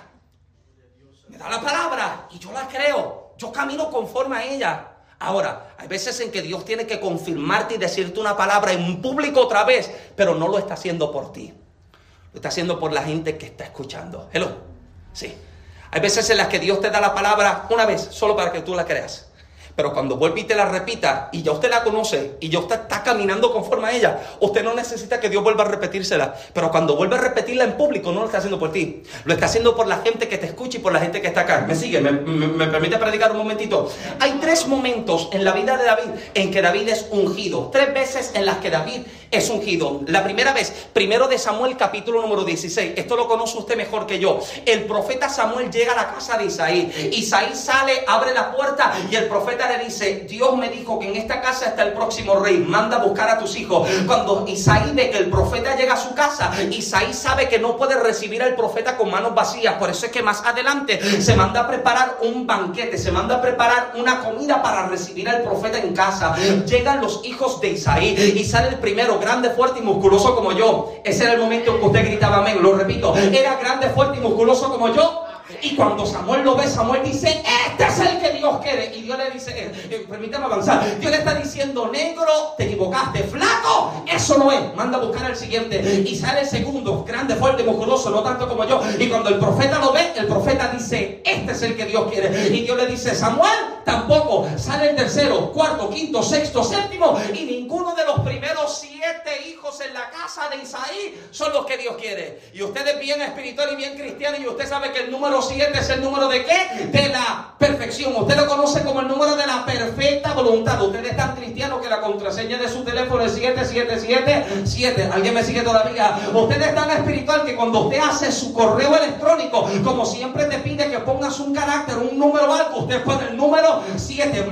me da la palabra y yo la creo. Yo camino conforme a ella. Ahora, hay veces en que Dios tiene que confirmarte y decirte una palabra en público otra vez, pero no lo está haciendo por ti. Lo está haciendo por la gente que está escuchando. Hello. Sí. Hay veces en las que Dios te da la palabra una vez, solo para que tú la creas. Pero cuando vuelve y te la repita, y ya usted la conoce, y ya usted está caminando conforme a ella, usted no necesita que Dios vuelva a repetírsela. Pero cuando vuelve a repetirla en público, no lo está haciendo por ti. Lo está haciendo por la gente que te escucha y por la gente que está acá. ¿Me sigue? ¿Me permite predicar un momentito? Hay 3 momentos en la vida de David en que David es ungido. 3 veces en las que David es ungido. La primera vez, 1 de Samuel, capítulo número 16. Esto lo conoce usted mejor que yo. El profeta Samuel llega a la casa de Isaí. Isaí sale, abre la puerta y el profeta le dice, Dios me dijo que en esta casa está el próximo rey, manda a buscar a tus hijos. Cuando Isaí ve que el profeta llega a su casa, Isaí sabe que no puede recibir al profeta con manos vacías. Por eso es que más adelante se manda a preparar un banquete, se manda a preparar una comida para recibir al profeta en casa. Llegan los hijos de Isaí y sale el primero, grande, fuerte y musculoso como yo. Ese era el momento en que usted gritaba amén. Lo repito, era grande, fuerte y musculoso como yo. Y cuando Samuel lo ve, Samuel dice, este es el que Dios quiere. Y Dios le dice, permítame avanzar. Dios le está diciendo, negro, te equivocaste. Flaco, eso no es. Manda a buscar al siguiente. Y sale el segundo, grande, fuerte, musculoso, no tanto como yo. Y cuando el profeta lo ve, el profeta dice, este es el que Dios quiere. Y Dios le dice, Samuel, tampoco. Sale el tercero, cuarto, quinto, sexto, séptimo, y ninguno de los primeros 7 hijos en la casa de Isaí son los que Dios quiere. Y usted es bien espiritual y bien cristiano, y usted sabe que el número 7 es el número ¿de qué? De la perfección. Usted lo conoce como el número de la perfecta voluntad. Usted es tan cristiano que la contraseña de su teléfono es 7777. ¿Alguien me sigue todavía? Usted es tan espiritual que cuando usted hace su correo electrónico, como siempre te pide que pongas un carácter, un número algo, usted pone el número 7,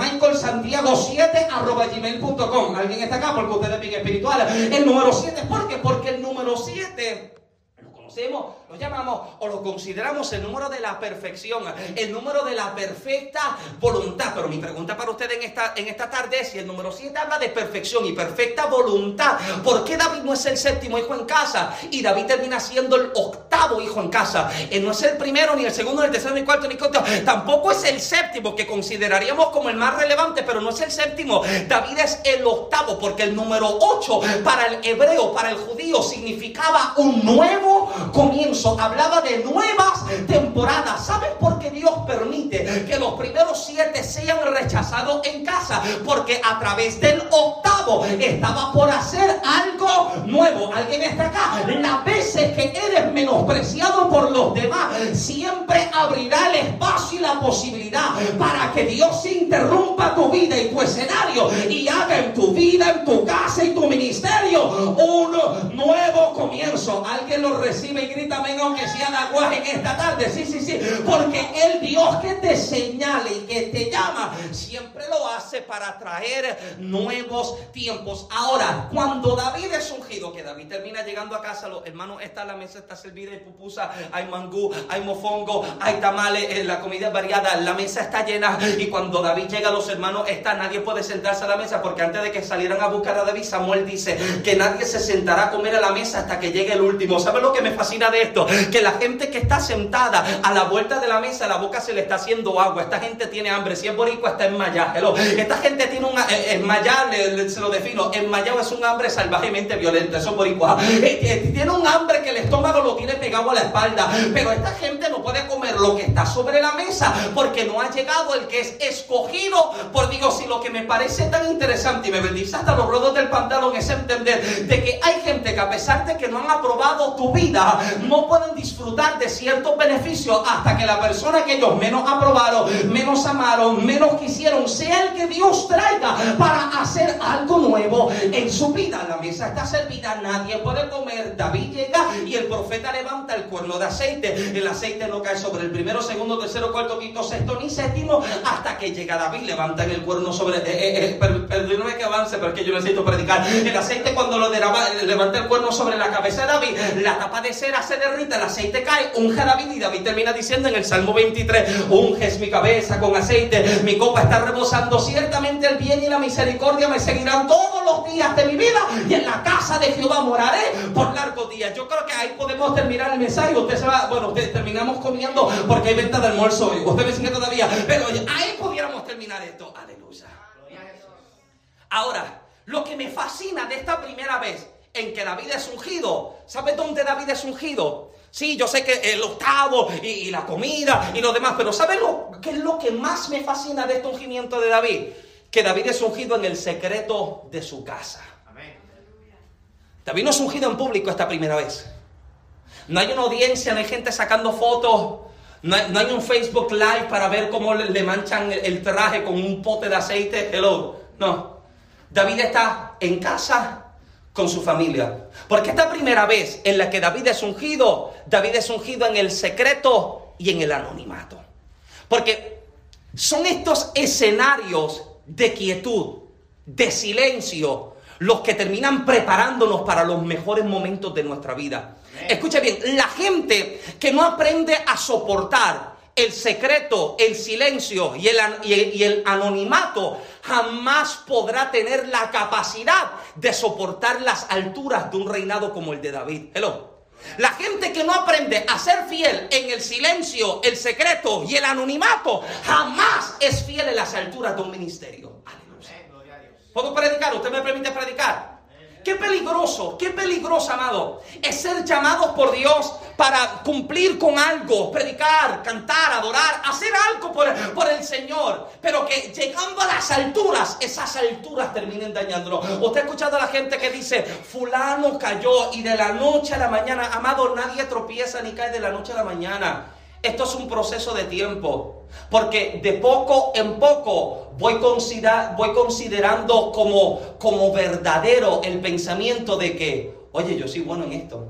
michaelsantiago7@gmail.com. ¿Alguien está acá? Porque usted es bien espiritual. El número 7, ¿por qué? Porque el número 7 lo conocemos, lo llamamos o lo consideramos el número de la perfección, el número de la perfecta voluntad. Pero mi pregunta para usted en esta tarde es: si el número 7 habla de perfección y perfecta voluntad, ¿por qué David no es el 7º hijo en casa y David termina siendo el 8º hijo en casa? Él no es el primero, ni el segundo, ni el tercero, ni el cuarto, ni el quinto. Tampoco es el 7º, que consideraríamos como el más relevante, pero no es el 7º. David es el 8º, porque el número 8 para el hebreo, para el judío, significaba un nuevo comienzo. Hablaba de nuevas temporadas. ¿Saben por qué Dios permite que los primeros 7 sean rechazados en casa? Porque a través del 8º estaba por hacer algo nuevo. ¿Alguien está acá? Las veces que eres menospreciado por los demás, siempre abrirá el espacio y la posibilidad para que Dios interrumpa tu vida y tu escenario y haga en tu vida, en tu casa y tu ministerio un nuevo comienzo. ¿Alguien lo recibe y grita amén, aunque sea de aguaje en esta tarde? Sí. Porque el Dios que te señala y que te llama siempre lo hace para traer nuevos tiempos. Ahora, cuando David es ungido, que David termina llegando a casa, los hermanos, la mesa está servida, hay pupusa, hay mangú, hay mofongo, hay tamales, la comida es variada, la mesa está llena. Y cuando David llega, los hermanos nadie puede sentarse a la mesa, porque antes de que salieran a buscar a David, Samuel dice que nadie se sentará a comer a la mesa hasta que llegue el último. ¿Saben lo que me fascina de esto? Que la gente que está sentada a la vuelta de la mesa, la boca se le está haciendo agua. Esta gente tiene hambre. Si es boricua, está enmayado. Esta gente tiene un enmayado, se lo defino. Enmayado es un hambre salvajemente violento. Eso es boricua. Tiene un hambre que el estómago lo tiene pegado a la espalda. Pero esta gente no puede comer lo que está sobre la mesa, porque no ha llegado el que es escogido por Dios. Y lo que me parece tan interesante y me bendice hasta los rodos del pantalón es entender de que hay gente que, a pesar de que no han aprobado tu vida, no pueden disfrutar de ciertos beneficios hasta que la persona que ellos menos aprobaron, menos amaron, menos quisieron, sea el que Dios traiga para hacer algo nuevo en su vida. La mesa está servida, nadie puede comer. David llega y el profeta levanta el cuerno de aceite. El aceite no cae sobre el primero, segundo, tercero, cuarto, quinto, sexto ni séptimo hasta que llega David. Levantan el cuerno sobre... perdóname que avance, pero es que yo necesito predicar. El aceite, cuando lo levanta el cuerno sobre la cabeza de David, la tapa de cera se derrite, el aceite cae, unge a David, y David termina diciendo en el Salmo 23: unges mi cabeza con aceite, mi copa está rebosando, ciertamente el bien y la misericordia me seguirán todos los días de mi vida, y en la casa de Jehová moraré por largos días. Yo creo que ahí podemos terminar el mensaje. Usted se va, usted terminamos comiendo porque hay venta de almuerzo hoy. Usted me sigue todavía, pero ahí pudiéramos terminar esto. Aleluya. Ahora, lo que me fascina de esta primera vez en que David es ungido, ¿sabe dónde David es ungido? Sí, yo sé que el 8º y la comida y lo demás, pero ¿sabe qué es lo que más me fascina de este ungimiento de David? Que David es ungido en el secreto de su casa. Amén. David no es ungido en público esta primera vez. No hay una audiencia, no hay gente sacando fotos, no hay un Facebook Live para ver cómo le manchan el traje con un pote de aceite. Hello. No. David está en casa con su familia. Porque esta primera vez en la que David es ungido en el secreto y en el anonimato. Porque son estos escenarios de quietud, de silencio, los que terminan preparándonos para los mejores momentos de nuestra vida. Escuche bien, la gente que no aprende a soportar el secreto, el silencio y el anonimato, jamás podrá tener la capacidad de soportar las alturas de un reinado como el de David. Hello. La gente que no aprende a ser fiel en el silencio, el secreto y el anonimato, jamás es fiel en las alturas de un ministerio. Aleluya. ¿Puedo predicar? ¿Usted me permite predicar? Qué peligroso, amado, es ser llamados por Dios para cumplir con algo, predicar, cantar, adorar, hacer algo por el Señor, pero que llegando a las alturas, esas alturas terminen dañándolo. Usted ha escuchado a la gente que dice, fulano cayó y de la noche a la mañana, amado, nadie tropieza ni cae de la noche a la mañana. Esto es un proceso de tiempo, porque de poco en poco voy considerando como verdadero el pensamiento de que, oye, yo soy bueno en esto.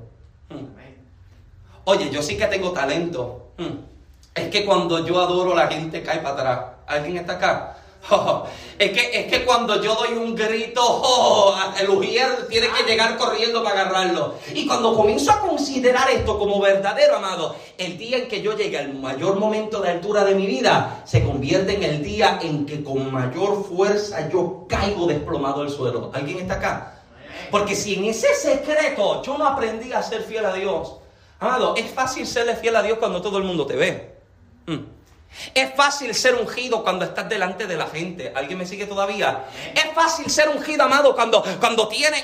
Oye, yo sí que tengo talento. Es que cuando yo adoro la gente cae para atrás. ¿Alguien está acá? Es que cuando yo doy un grito, el ujier tiene que llegar corriendo para agarrarlo. Y cuando comienzo a considerar esto como verdadero, amado, el día en que yo llegue al mayor momento de altura de mi vida, se convierte en el día en que con mayor fuerza yo caigo desplomado al suelo. ¿Alguien está acá? Porque si en ese secreto yo no aprendí a ser fiel a Dios, amado, es fácil serle fiel a Dios cuando todo el mundo te ve. Es fácil ser ungido cuando estás delante de la gente. ¿Alguien me sigue todavía? Es fácil ser ungido, amado, cuando tiene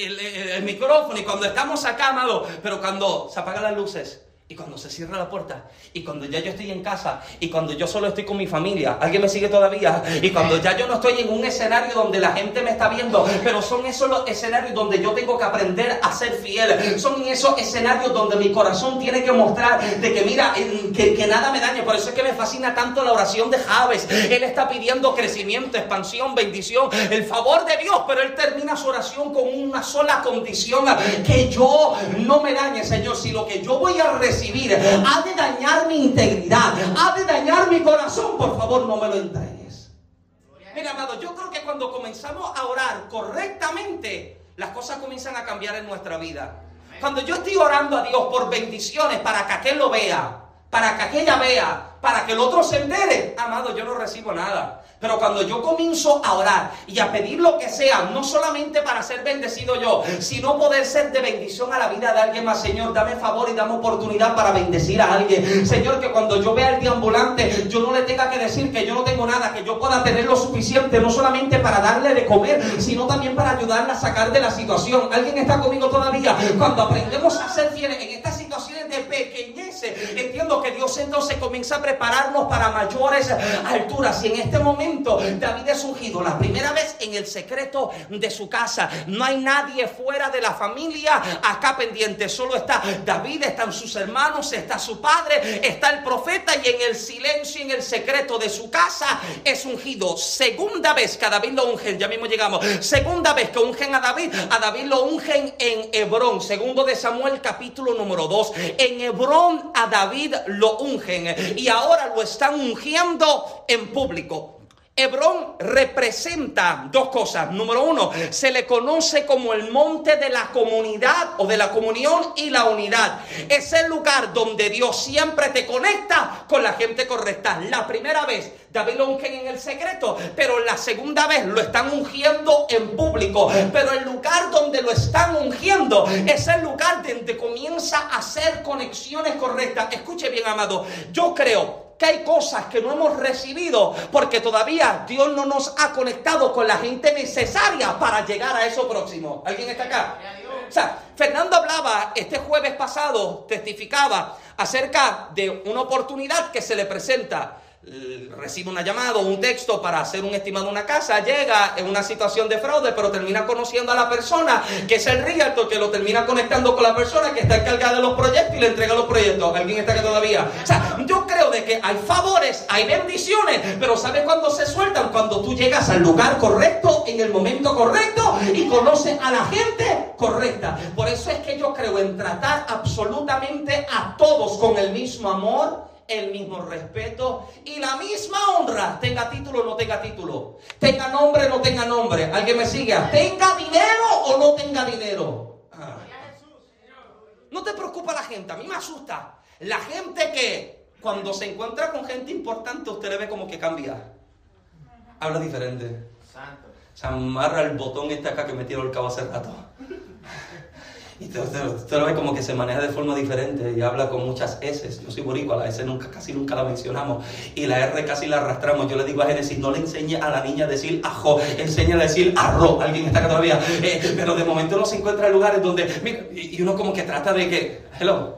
el micrófono y cuando estamos acá, amado. Pero cuando se apagan las luces y cuando se cierra la puerta y cuando ya yo estoy en casa y cuando yo solo estoy con mi familia. ¿Alguien me sigue todavía? Y cuando ya yo no estoy en un escenario donde la gente me está viendo, pero son esos los escenarios donde yo tengo que aprender a ser fiel. Son esos escenarios donde mi corazón tiene que mostrar de que mira, que nada me dañe. Por eso es que me fascina tanto la oración de Jabes. Él está pidiendo crecimiento, expansión, bendición, el favor de Dios, pero él termina su oración con una sola condición: que yo no me dañe, Señor. Si lo que yo voy a recibir ha de dañar mi integridad, ha de dañar mi corazón, por favor no me lo entregues. Mira, amado, yo creo que cuando comenzamos a orar correctamente, las cosas comienzan a cambiar en nuestra vida. Cuando yo estoy orando a Dios por bendiciones para que aquel lo vea, para que aquella vea, para que el otro se entere, amado, yo no recibo nada. Pero cuando yo comienzo a orar y a pedir lo que sea, no solamente para ser bendecido yo, sino poder ser de bendición a la vida de alguien más. Señor, dame favor y dame oportunidad para bendecir a alguien. Señor, que cuando yo vea al deambulante, yo no le tenga que decir que yo no tengo nada, que yo pueda tener lo suficiente, no solamente para darle de comer, sino también para ayudarle a sacar de la situación. ¿Alguien está conmigo todavía? Cuando aprendemos a ser fieles en estas situaciones de pequeñeces, entiendo que Dios entonces comienza a prepararnos para mayores alturas. Y en este momento David es ungido la primera vez en el secreto de su casa. No hay nadie fuera de la familia acá pendiente. Solo está David, están sus hermanos, está su padre, está el profeta, y en el silencio y en el secreto de su casa es ungido. Segunda vez que a David lo ungen, ya mismo llegamos. Segunda vez que ungen a David lo ungen en Hebrón. Segundo de Samuel capítulo número 2. En Hebrón a David lo ungen y ahora lo están ungiendo en público. Hebrón representa dos cosas. Número uno, se le conoce como el monte de la comunidad o de la comunión y la unidad. Es el lugar donde Dios siempre te conecta con la gente correcta. La primera vez David lo ungen en el secreto, pero la segunda vez lo están ungiendo en público. Pero el lugar donde lo están ungiendo es el lugar donde comienza a hacer conexiones correctas. Escuche bien, amado, yo creo que hay cosas que no hemos recibido porque todavía Dios no nos ha conectado con la gente necesaria para llegar a eso próximo. ¿Alguien está acá? O sea, Fernando hablaba este jueves pasado, testificaba acerca de una oportunidad que se le presenta. Recibe una llamada o un texto para hacer un estimado de una casa, llega en una situación de fraude, pero termina conociendo a la persona que es el realtor, que lo termina conectando con la persona que está encargada de los proyectos y le entrega los proyectos. ¿Alguien está acá todavía? O sea, yo creo de que hay favores, hay bendiciones, pero ¿sabes cuándo se sueltan? Cuando tú llegas al lugar correcto, en el momento correcto y conoces a la gente correcta. Por eso es que yo creo en tratar absolutamente a todos con el mismo amor, el mismo respeto y la misma honra, tenga título o no tenga título, tenga nombre o no tenga nombre. ¿Alguien me sigue? ¿Tenga dinero o no tenga dinero? No te preocupa la gente, a mí me asusta la gente que cuando se encuentra con gente importante usted le ve como que cambia, habla diferente, se amarra el botón este acá que me tiró el cabo hace rato. Y usted lo ve como que se maneja de forma diferente y habla con muchas S's. Yo soy boricua, la S casi nunca la mencionamos. Y la R casi la arrastramos. Yo le digo a Génesis, no le enseñe a la niña a decir ajo, enséñale a decir arroz. Alguien está acá todavía. Pero de momento uno se encuentra en lugares donde, mira, y uno como que trata de que, hello,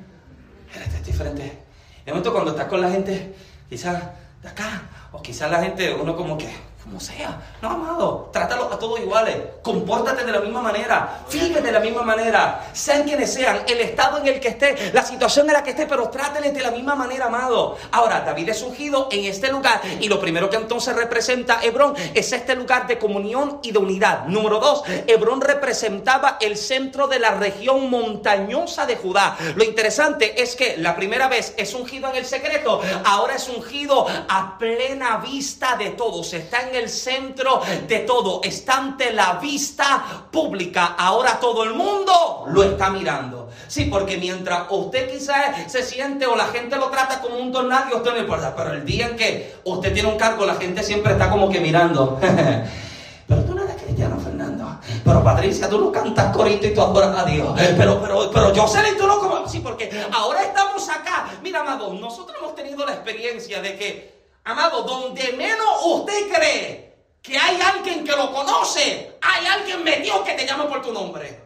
es diferente. De momento cuando estás con la gente, quizás de acá, o quizás la gente, uno como que, como sea, no, amado, trátalos a todos iguales, compórtate de la misma manera, fíjate de la misma manera, sean quienes sean, el estado en el que esté, la situación en la que esté, pero tráteles de la misma manera, amado. Ahora, David es ungido en este lugar, y lo primero que entonces representa Hebrón es este lugar de comunión y de unidad. Número 2, Hebrón representaba el centro de la región montañosa de Judá. Lo interesante es que la primera vez es ungido en el secreto, ahora es ungido a plena vista de todos, está en el centro de todo, está ante la vista pública. Ahora todo el mundo lo está mirando. Sí, porque mientras usted quizás se siente o la gente lo trata como un don nadie, usted no importa. Pero el día en que usted tiene un cargo, la gente siempre está como que mirando. Pero tú no eres cristiano, Fernando. Pero Patricia, tú no cantas corito y tú adoras a Dios. Pero yo sé y tú no como. Sí, porque ahora estamos acá. Mira, amado, nosotros hemos tenido la experiencia de que, amado, donde menos usted cree que hay alguien que lo conoce, hay alguien metido que te llama por tu nombre.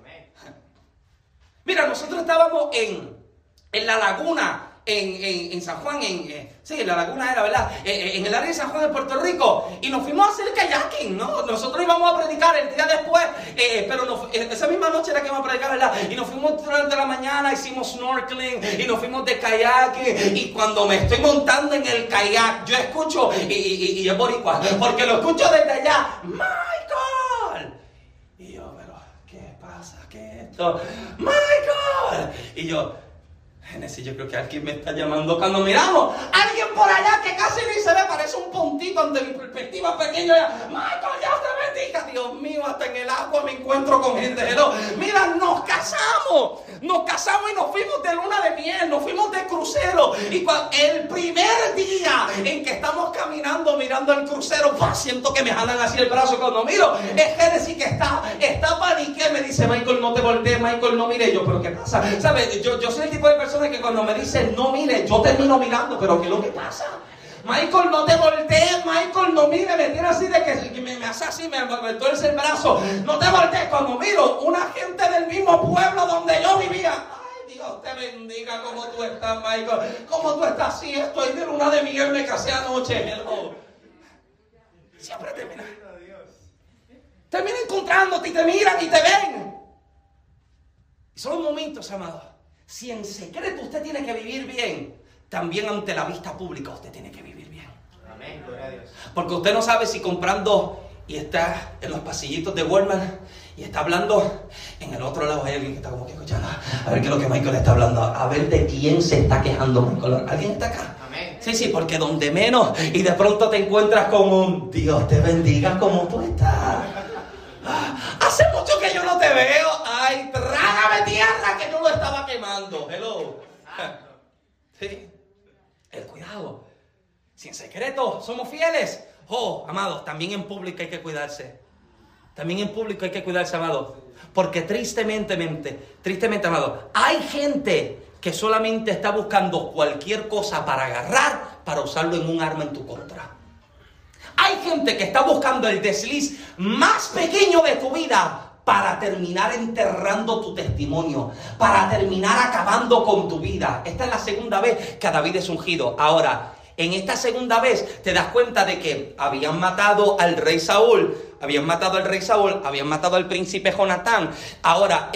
Mira, nosotros estábamos en la laguna, en San Juan, sí, en la laguna era, ¿verdad? En el área de San Juan de Puerto Rico, y nos fuimos a hacer kayaking, ¿no? Nosotros íbamos a predicar el día después, pero esa misma noche era que íbamos a predicar, ¿verdad? Y nos fuimos durante la mañana, hicimos snorkeling, y nos fuimos de kayaking, y cuando me estoy montando en el kayak, yo escucho, y es boricua, porque lo escucho desde allá, ¡Michael! Y yo, pero, ¿qué pasa? ¿Qué es esto? ¡Michael! Y yo, Génesis, yo creo que alguien me está llamando. Cuando miramos, alguien por allá que casi ni se ve, parece un puntito ante mi perspectiva pequeña. Michael, Dios te bendiga. Dios mío, hasta en el agua me encuentro con gente. Hello. Mira, nos casamos y nos fuimos de luna de miel, nos fuimos de crucero. Y el primer día en que estamos caminando, mirando el crucero, siento que me jalan así el brazo. Cuando miro, es Génesis que está paniqué. Me dice, Michael, no te voltees, Michael, no mire. Yo, pero ¿qué pasa? ¿Sabes? Yo soy el tipo de persona que cuando me dicen no mire, yo termino mirando, pero ¿qué es lo que pasa? Michael, no te voltees, Michael, no mire, me tiene así de que me hace así, me tuerce el brazo, no te voltees. Cuando miro, una gente del mismo pueblo donde yo vivía, ay, Dios te bendiga, ¿cómo tú estás, Michael? ¿Cómo tú estás? Sí, estoy de luna de miel, me casé anoche, hello. Siempre termina encontrándote y te miran y te ven. Y son momentos, amados. Si en secreto usted tiene que vivir bien, también ante la vista pública usted tiene que vivir bien. Amén, gloria a Dios. Porque usted no sabe si comprando y está en los pasillitos de Walmart y está hablando, en el otro lado hay alguien que está como que escuchando, a ver qué es lo que Michael está hablando, a ver de quién se está quejando Michael. ¿Alguien está acá? Amén. Sí, porque donde menos, y de pronto te encuentras con un Dios te bendiga, como tú estás. Hace mucho que yo no te veo. Ay, trágame tierra que yo lo estaba quemando. Hello. Sí. El cuidado. Si en secreto somos fieles. Oh, amados, también en público hay que cuidarse. También en público hay que cuidarse, amados. Porque tristemente, amados, hay gente que solamente está buscando cualquier cosa para agarrar, para usarlo en un arma en tu contra. Hay gente que está buscando el desliz más pequeño de tu vida para terminar enterrando tu testimonio, para terminar acabando con tu vida. Esta es la segunda vez que David es ungido. Ahora, en esta segunda vez te das cuenta de que habían matado al rey Saúl, habían matado al príncipe Jonatán. Ahora,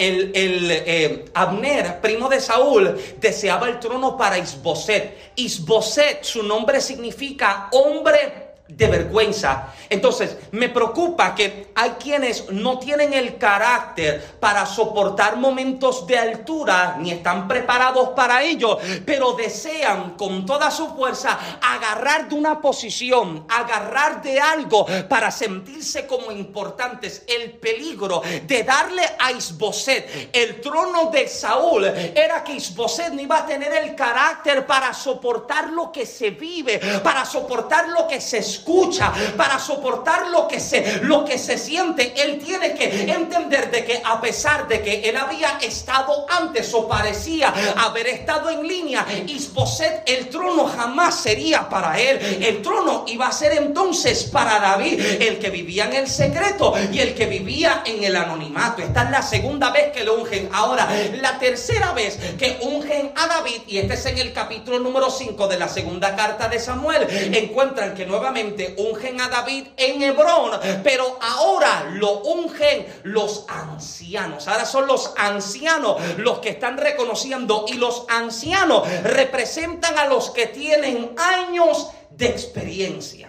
Abner, primo de Saúl, deseaba el trono para Isboset. Isboset, su nombre significa hombre de vergüenza. Entonces, me preocupa que hay quienes no tienen el carácter para soportar momentos de altura, ni están preparados para ello, pero desean con toda su fuerza agarrar de una posición, agarrar de algo para sentirse como importantes. El peligro de darle a Isboset el trono de Saúl era que Isboset no iba a tener el carácter para soportar lo que se vive, para soportar lo que se escucha. escucha, para soportar lo que se siente. Él tiene que entender de que a pesar de que él había estado antes o parecía haber estado en línea, Isboset, el trono jamás sería para él. El trono iba a ser entonces para David, el que vivía en el secreto y el que vivía en el anonimato. Esta es la segunda vez que lo ungen. Ahora, la tercera vez que ungen a David, y este es en el capítulo número 5 de la segunda carta de Samuel, encuentran que nuevamente ungen a David en Hebrón, pero ahora lo ungen los ancianos. Ahora son los ancianos los que están reconociendo, y los ancianos representan a los que tienen años de experiencia.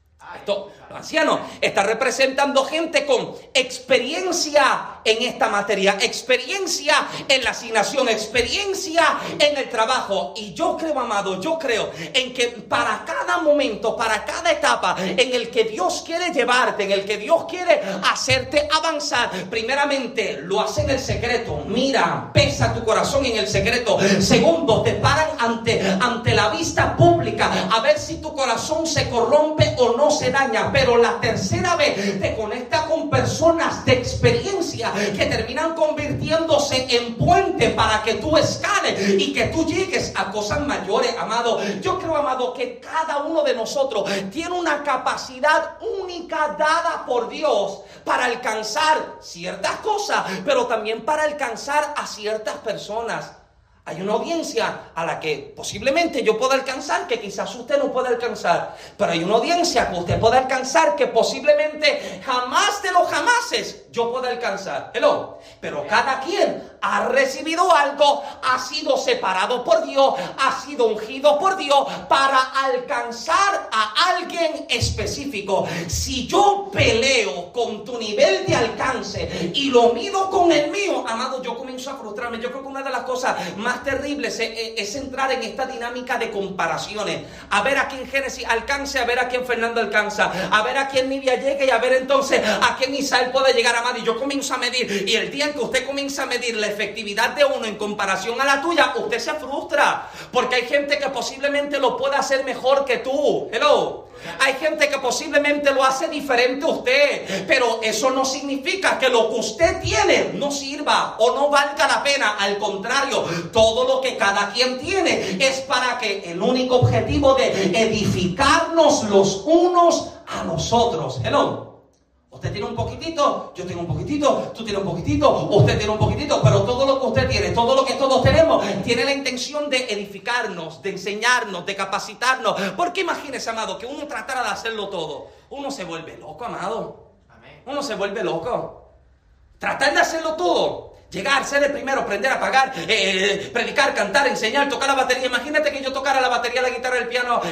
Los ancianos están representando gente con experiencia en esta materia, experiencia en la asignación, experiencia en el trabajo. Y yo creo, amado, yo creo en que para cada momento, para cada etapa en el que Dios quiere llevarte, en el que Dios quiere hacerte avanzar, primeramente lo hace en el secreto. Mira, pesa tu corazón en el secreto. Segundo, te paran ante la vista pública a ver si tu corazón se corrompe o no se daña. Pero la tercera vez te conecta con personas de experiencia que terminan convirtiéndose en puente para que tú escales y que tú llegues a cosas mayores, amado. Yo creo, amado, que cada uno de nosotros tiene una capacidad única dada por Dios para alcanzar ciertas cosas, pero también para alcanzar a ciertas personas. Hay una audiencia a la que posiblemente yo pueda alcanzar, que quizás usted no pueda alcanzar. Pero hay una audiencia que usted puede alcanzar, que posiblemente jamás de los jamases yo pueda alcanzar. Hello. Pero cada quien ha recibido algo, ha sido separado por Dios, ha sido ungido por Dios para alcanzar a alguien específico. Si yo peleo con tu nivel de alcance y lo mido con el mío, amado, yo comienzo a frustrarme. Yo creo que una de las cosas más terribles es entrar en esta dinámica de comparaciones. A ver a quién Génesis alcance, a ver a quién Fernando alcanza, a ver a quién Nivia llegue y a ver entonces a quién Isael puede llegar, amado. Y yo comienzo a medir, y el día en que usted comienza a medir la efectividad de uno en comparación a la tuya, usted se frustra, porque hay gente que posiblemente lo puede hacer mejor que tú. Hello. Hay gente que posiblemente lo hace diferente a usted, pero eso no significa que lo que usted tiene no sirva o no valga la pena. Al contrario, todo lo que cada quien tiene es para que el único objetivo de edificarnos los unos a los otros. Hello. Usted tiene un poquitito, yo tengo un poquitito, tú tienes un poquitito, usted tiene un poquitito, pero todo lo que usted tiene, todo lo que todos tenemos, tiene la intención de edificarnos, de enseñarnos, de capacitarnos. Porque imagínese, amado, que uno tratara de hacerlo todo. Uno se vuelve loco, amado. Uno se vuelve loco. Tratar de hacerlo todo. Llegar, ser el primero, aprender a pagar, predicar, cantar, enseñar, tocar la batería. Imagínate que yo tocara la batería, la guitarra, el piano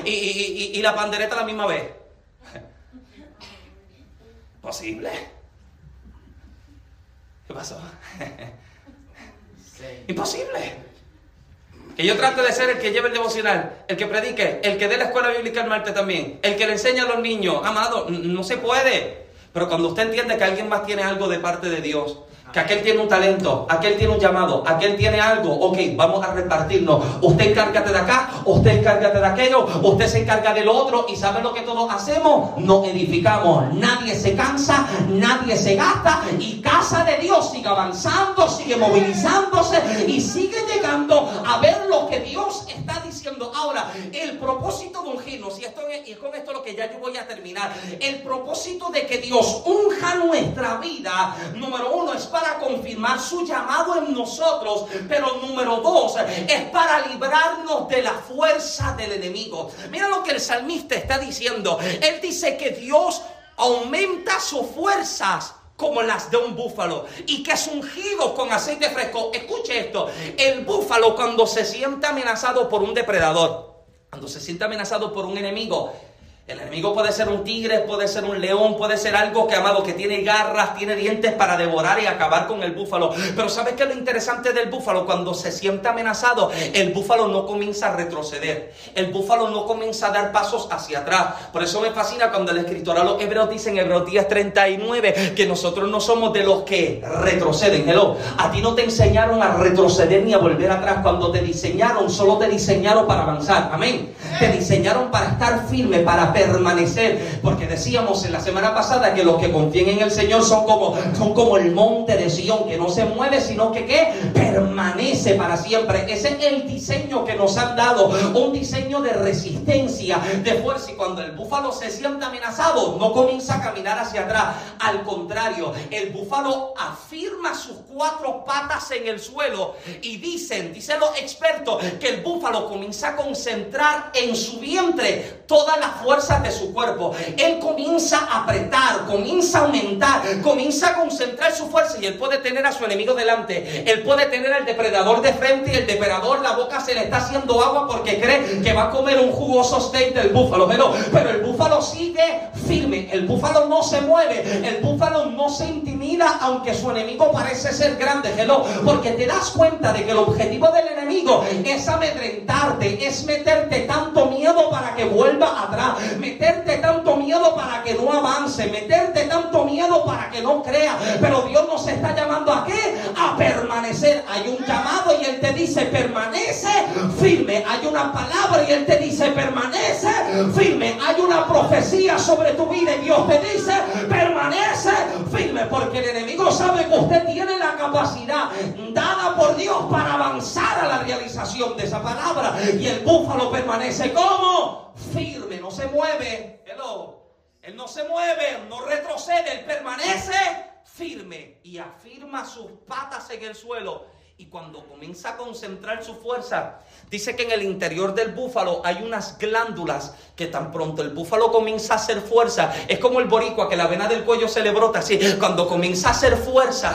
y la pandereta a la misma vez. Posible. ¿Qué pasó? Sí. Imposible. Que yo trate de ser el que lleve el devocional, el que predique, el que dé la escuela bíblica el martes también, el que le enseña a los niños. Amado, no se puede. Pero cuando usted entiende que alguien más tiene algo de parte de Dios, que aquel tiene un talento, aquel tiene un llamado, aquel tiene algo, ok, vamos a repartirnos. Usted encárgate de acá, usted encárgate de aquello, usted se encarga del otro. ¿Y sabe lo que todos hacemos? Nos edificamos. Nadie se cansa, nadie se gasta, y casa de Dios sigue avanzando, sigue movilizándose y sigue llegando a ver lo que Dios está diciendo. Ahora, el propósito de ungirnos, y con esto lo que ya yo voy a terminar, el propósito de que Dios unja nuestra vida, número uno, es para confirmar su llamado en nosotros, pero número dos, es para librarnos de la fuerza del enemigo. Mira lo que el salmista está diciendo. Él dice que Dios aumenta sus fuerzas como las de un búfalo, y que es ungido con aceite fresco. Escuche esto: el búfalo, cuando se siente amenazado por un depredador, cuando se siente amenazado por un enemigo, el enemigo puede ser un tigre, puede ser un león, puede ser algo que, amado, que tiene garras, tiene dientes para devorar y acabar con el búfalo. Pero ¿sabes qué es lo interesante del búfalo? Cuando se siente amenazado, el búfalo no comienza a retroceder. El búfalo no comienza a dar pasos hacia atrás. Por eso me fascina cuando el escritor a los Hebreos dice en Hebreos 10:39 que nosotros no somos de los que retroceden. Hello. A ti no te enseñaron a retroceder ni a volver atrás. Cuando te diseñaron, solo te diseñaron para avanzar. Amén. Te diseñaron para estar firme, para permanecer. Porque decíamos en la semana pasada que los que confían en el Señor son como el monte de Sión, que no se mueve, sino que permanece para siempre. Ese es el diseño que nos han dado, un diseño de resistencia, de fuerza. Y cuando el búfalo se siente amenazado, no comienza a caminar hacia atrás. Al contrario, el búfalo afirma sus 4 patas en el suelo y dicen los expertos que el búfalo comienza a concentrar en su vientre todas las fuerzas de su cuerpo. Él comienza a apretar, comienza a aumentar, comienza a concentrar su fuerza, y él puede tener a su enemigo delante, él puede tener al depredador de frente, y el depredador, la boca se le está haciendo agua porque cree que va a comer un jugoso steak del búfalo, pero el búfalo sigue firme, el búfalo no se mueve, el búfalo no se intimida aunque su enemigo parece ser grande, porque te das cuenta de que el objetivo del enemigo es amedrentarte, es meterte tanto miedo para que vuelva atrás, meterte tanto miedo para que no avance, meterte tanto miedo para que no crea. Pero Dios nos está llamando ¿a qué? A permanecer. Hay un llamado y Él te dice permanece firme. Hay una palabra y Él te dice permanece firme. Hay una profecía sobre tu vida y Dios te dice permanece firme, porque el enemigo sabe que usted tiene la capacidad dada por Dios para avanzar a la realización de esa palabra. Y el búfalo permanece ¿cómo? Firme, no se mueve. Él no se mueve, no retrocede, él permanece firme y afirma sus patas en el suelo. Y cuando comienza a concentrar su fuerza, dice que en el interior del búfalo hay unas glándulas que tan pronto el búfalo comienza a hacer fuerza, es como el boricua que la vena del cuello se le brota así. Cuando comienza a hacer fuerza,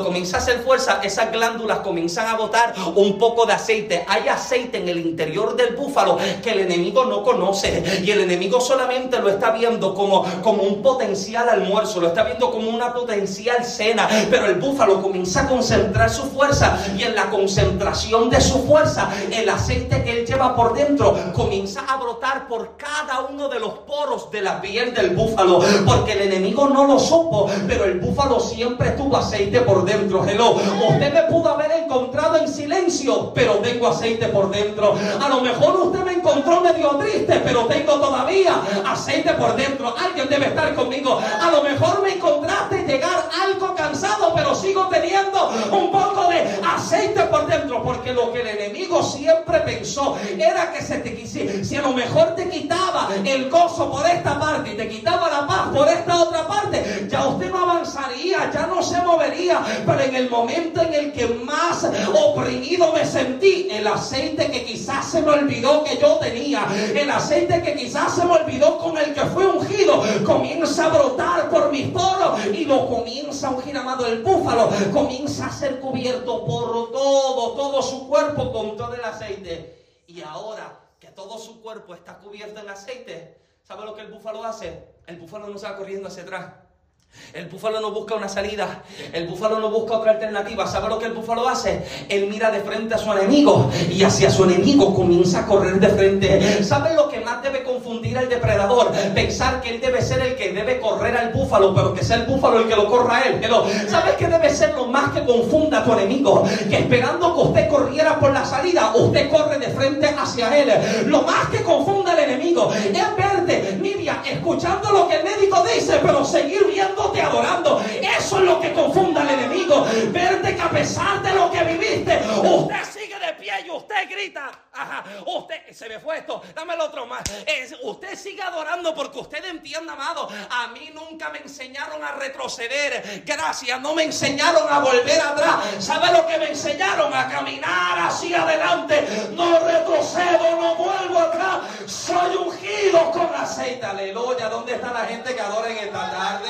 esas glándulas comienzan a botar un poco de aceite. Hay aceite en el interior del búfalo que el enemigo no conoce, y el enemigo solamente lo está viendo como un potencial almuerzo, lo está viendo como una potencial cena. Pero el búfalo comienza a concentrar su fuerza, y en la concentración de su fuerza, el aceite que él lleva por dentro comienza a brotar por cada uno de los poros de la piel del búfalo, porque el enemigo no lo supo, pero el búfalo siempre tuvo aceite por dentro. Usted me pudo haber encontrado en silencio, pero tengo aceite por dentro. A lo mejor usted me encontró medio triste, pero tengo todavía aceite por dentro. Alguien debe estar conmigo. A lo mejor me encontraste llegar algo cansado, pero sigo teniendo un poco de aceite por dentro, porque lo que el enemigo siempre pensó era que si a lo mejor te quitaba el gozo por esta parte y te quitaba la paz por esta otra parte, ya usted no avanzaría, ya no se movería. Pero en el momento en el que más oprimido me sentí, el aceite que quizás se me olvidó que yo tenía, el aceite que quizás se me olvidó con el que fui ungido, comienza a brotar por mis poros y lo comienza a ungir. Amado, el búfalo comienza a ser cubierto por todo su cuerpo con todo el aceite. Y ahora que todo su cuerpo está cubierto en aceite, ¿sabe lo que el búfalo hace? El búfalo no se va corriendo hacia atrás. El búfalo no busca una salida, el búfalo no busca otra alternativa. ¿Sabe lo que el búfalo hace? Él mira de frente a su enemigo y hacia su enemigo comienza a correr de frente. ¿Sabe lo que más debe confundir al depredador? Pensar que él debe ser el que debe correr al búfalo, pero que sea el búfalo el que lo corra a él. ¿Sabes qué debe ser lo más que confunda a tu enemigo? Que esperando que usted corriera por la salida, usted corre de frente hacia él. Lo más que confunda al enemigo es verte, Nidia, escuchando lo que el médico dice, pero seguir viéndote adorando. Eso es lo que confunda al enemigo. Verte que a pesar de lo que viviste, usted sigue de pie y usted grita. Usted, se me fue esto, dame el otro más. Usted sigue adorando porque usted entiende, amado, a mí nunca me enseñaron a retroceder. Gracias, no me enseñaron a volver atrás. ¿Sabe lo que me enseñaron? A caminar hacia adelante. No retrocedo, no vuelvo atrás. Soy ungido con aceite. Aleluya. ¿Dónde está la gente que adora en esta tarde?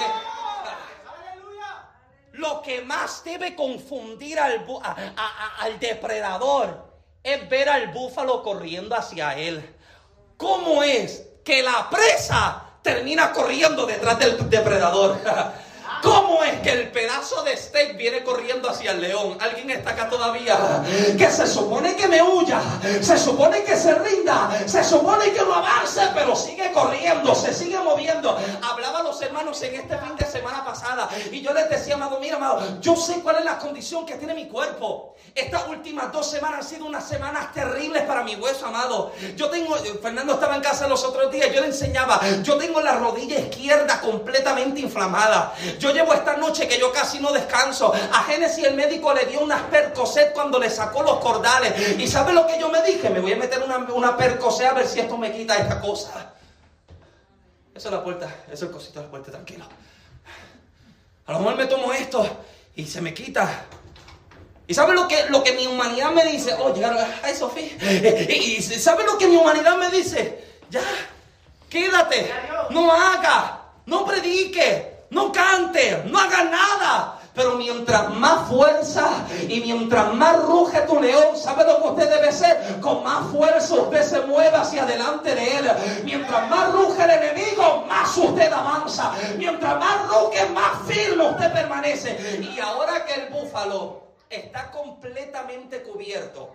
Lo que más debe confundir al depredador es ver al búfalo corriendo hacia él. ¿Cómo es que la presa termina corriendo detrás del depredador? ¿Cómo es que el pedazo de steak viene corriendo hacia el león? ¿Alguien está acá todavía? Que se supone que me huya, se supone que se rinda, se supone que no avance, pero sigue corriendo, se sigue moviendo. Hablaba a los hermanos en este fin de semana pasada y yo les decía, amado, mira, amado, yo sé cuál es la condición que tiene mi cuerpo. Estas últimas 2 semanas han sido unas semanas terribles para mi hueso, amado. Fernando estaba en casa los otros días, yo le enseñaba, yo tengo la rodilla izquierda completamente inflamada. Yo llevo esta noche que yo casi no descanso. A Génesis el médico le dio unas Percocet cuando le sacó los cordales. ¿Y sabe lo que yo me dije? Me voy a meter una Percocet a ver si esto me quita esta cosa. Esa es la puerta, eso es el cosito de la puerta, tranquilo. A lo mejor me tomo esto y se me quita. ¿Y sabe lo que mi humanidad me dice? Oh, llegaron, ay, Sofía. ¿Y sabe lo que mi humanidad me dice? Ya, quédate, no haga, no predique, no cante, no haga nada. Pero mientras más fuerza y mientras más ruge tu león, ¿sabe lo que usted debe ser? Con más fuerza usted se mueve hacia adelante de él. Mientras más ruge el enemigo, más usted avanza. Mientras más ruge, más firme usted permanece. Y ahora que el búfalo está completamente cubierto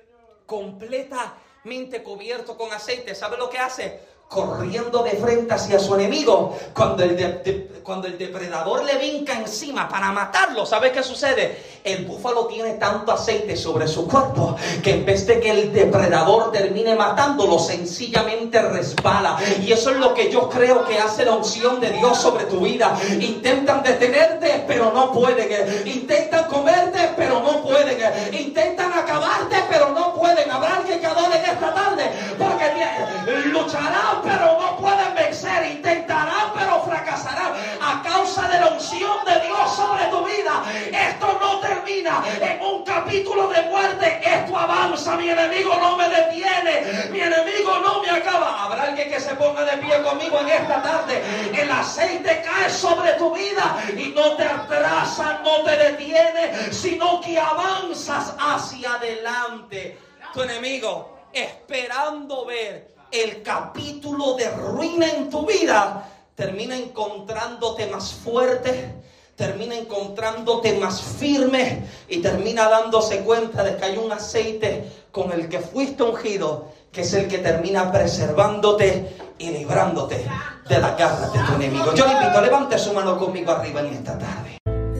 con aceite, ¿sabe lo que hace? Corriendo de frente hacia su enemigo. Cuando el depredador le vinca encima para matarlo, ¿sabe qué sucede? El búfalo tiene tanto aceite sobre su cuerpo que en vez de que el depredador termine matándolo, sencillamente resbala. Y eso es lo que yo creo que hace la unción de Dios sobre tu vida. Intentan detenerte, pero no pueden. Intentan comerte, pero no pueden. Intentan acabarte, pero no pueden. Habrá alguien que adore en esta tarde, porque lucharán, pero no pueden vencer. Intentarán, pero fracasarán. A causa de la unción de Dios sobre tu vida, esto no termina en un capítulo de muerte. Esto avanza. Mi enemigo no me detiene. Mi enemigo no me acaba. Habrá alguien que se ponga de pie conmigo en esta tarde. El aceite cae sobre tu vida y no te atrasa, no te detiene, sino que avanzas hacia adelante. Tu enemigo, esperando ver el capítulo de ruina en tu vida, termina encontrándote más fuerte, termina encontrándote más firme y termina dándose cuenta de que hay un aceite con el que fuiste ungido, que es el que termina preservándote y librándote de las garras de tu enemigo. Yo le invito, levante su mano conmigo arriba en esta tarde.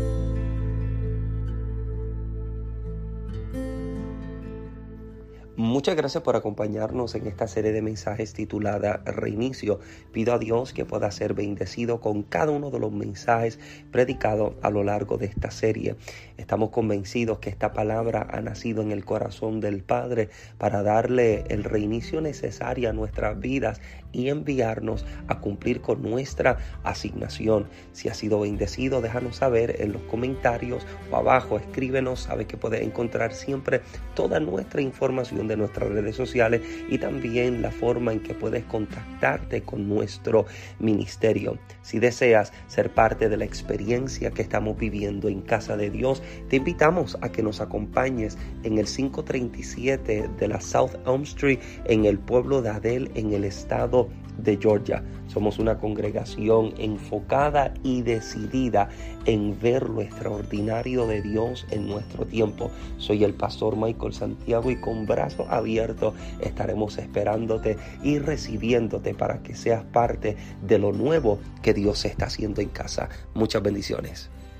Muchas gracias por acompañarnos en esta serie de mensajes titulada Reinicio. Pido a Dios que pueda ser bendecido con cada uno de los mensajes predicados a lo largo de esta serie. Estamos convencidos que esta palabra ha nacido en el corazón del Padre para darle el reinicio necesario a nuestras vidas y enviarnos a cumplir con nuestra asignación. Si has sido bendecido, déjanos saber en los comentarios o abajo, escríbenos. Sabes que puedes encontrar siempre toda nuestra información de nuestras redes sociales y también la forma en que puedes contactarte con nuestro ministerio. Si deseas ser parte de la experiencia que estamos viviendo en Casa de Dios, te invitamos a que nos acompañes en el 537 de la South Elm Street en el pueblo de Adel, en el estado de Georgia. Somos una congregación enfocada y decidida en ver lo extraordinario de Dios en nuestro tiempo. Soy el pastor Michael Santiago y con brazos abiertos estaremos esperándote y recibiéndote para que seas parte de lo nuevo que Dios está haciendo en casa. Muchas bendiciones.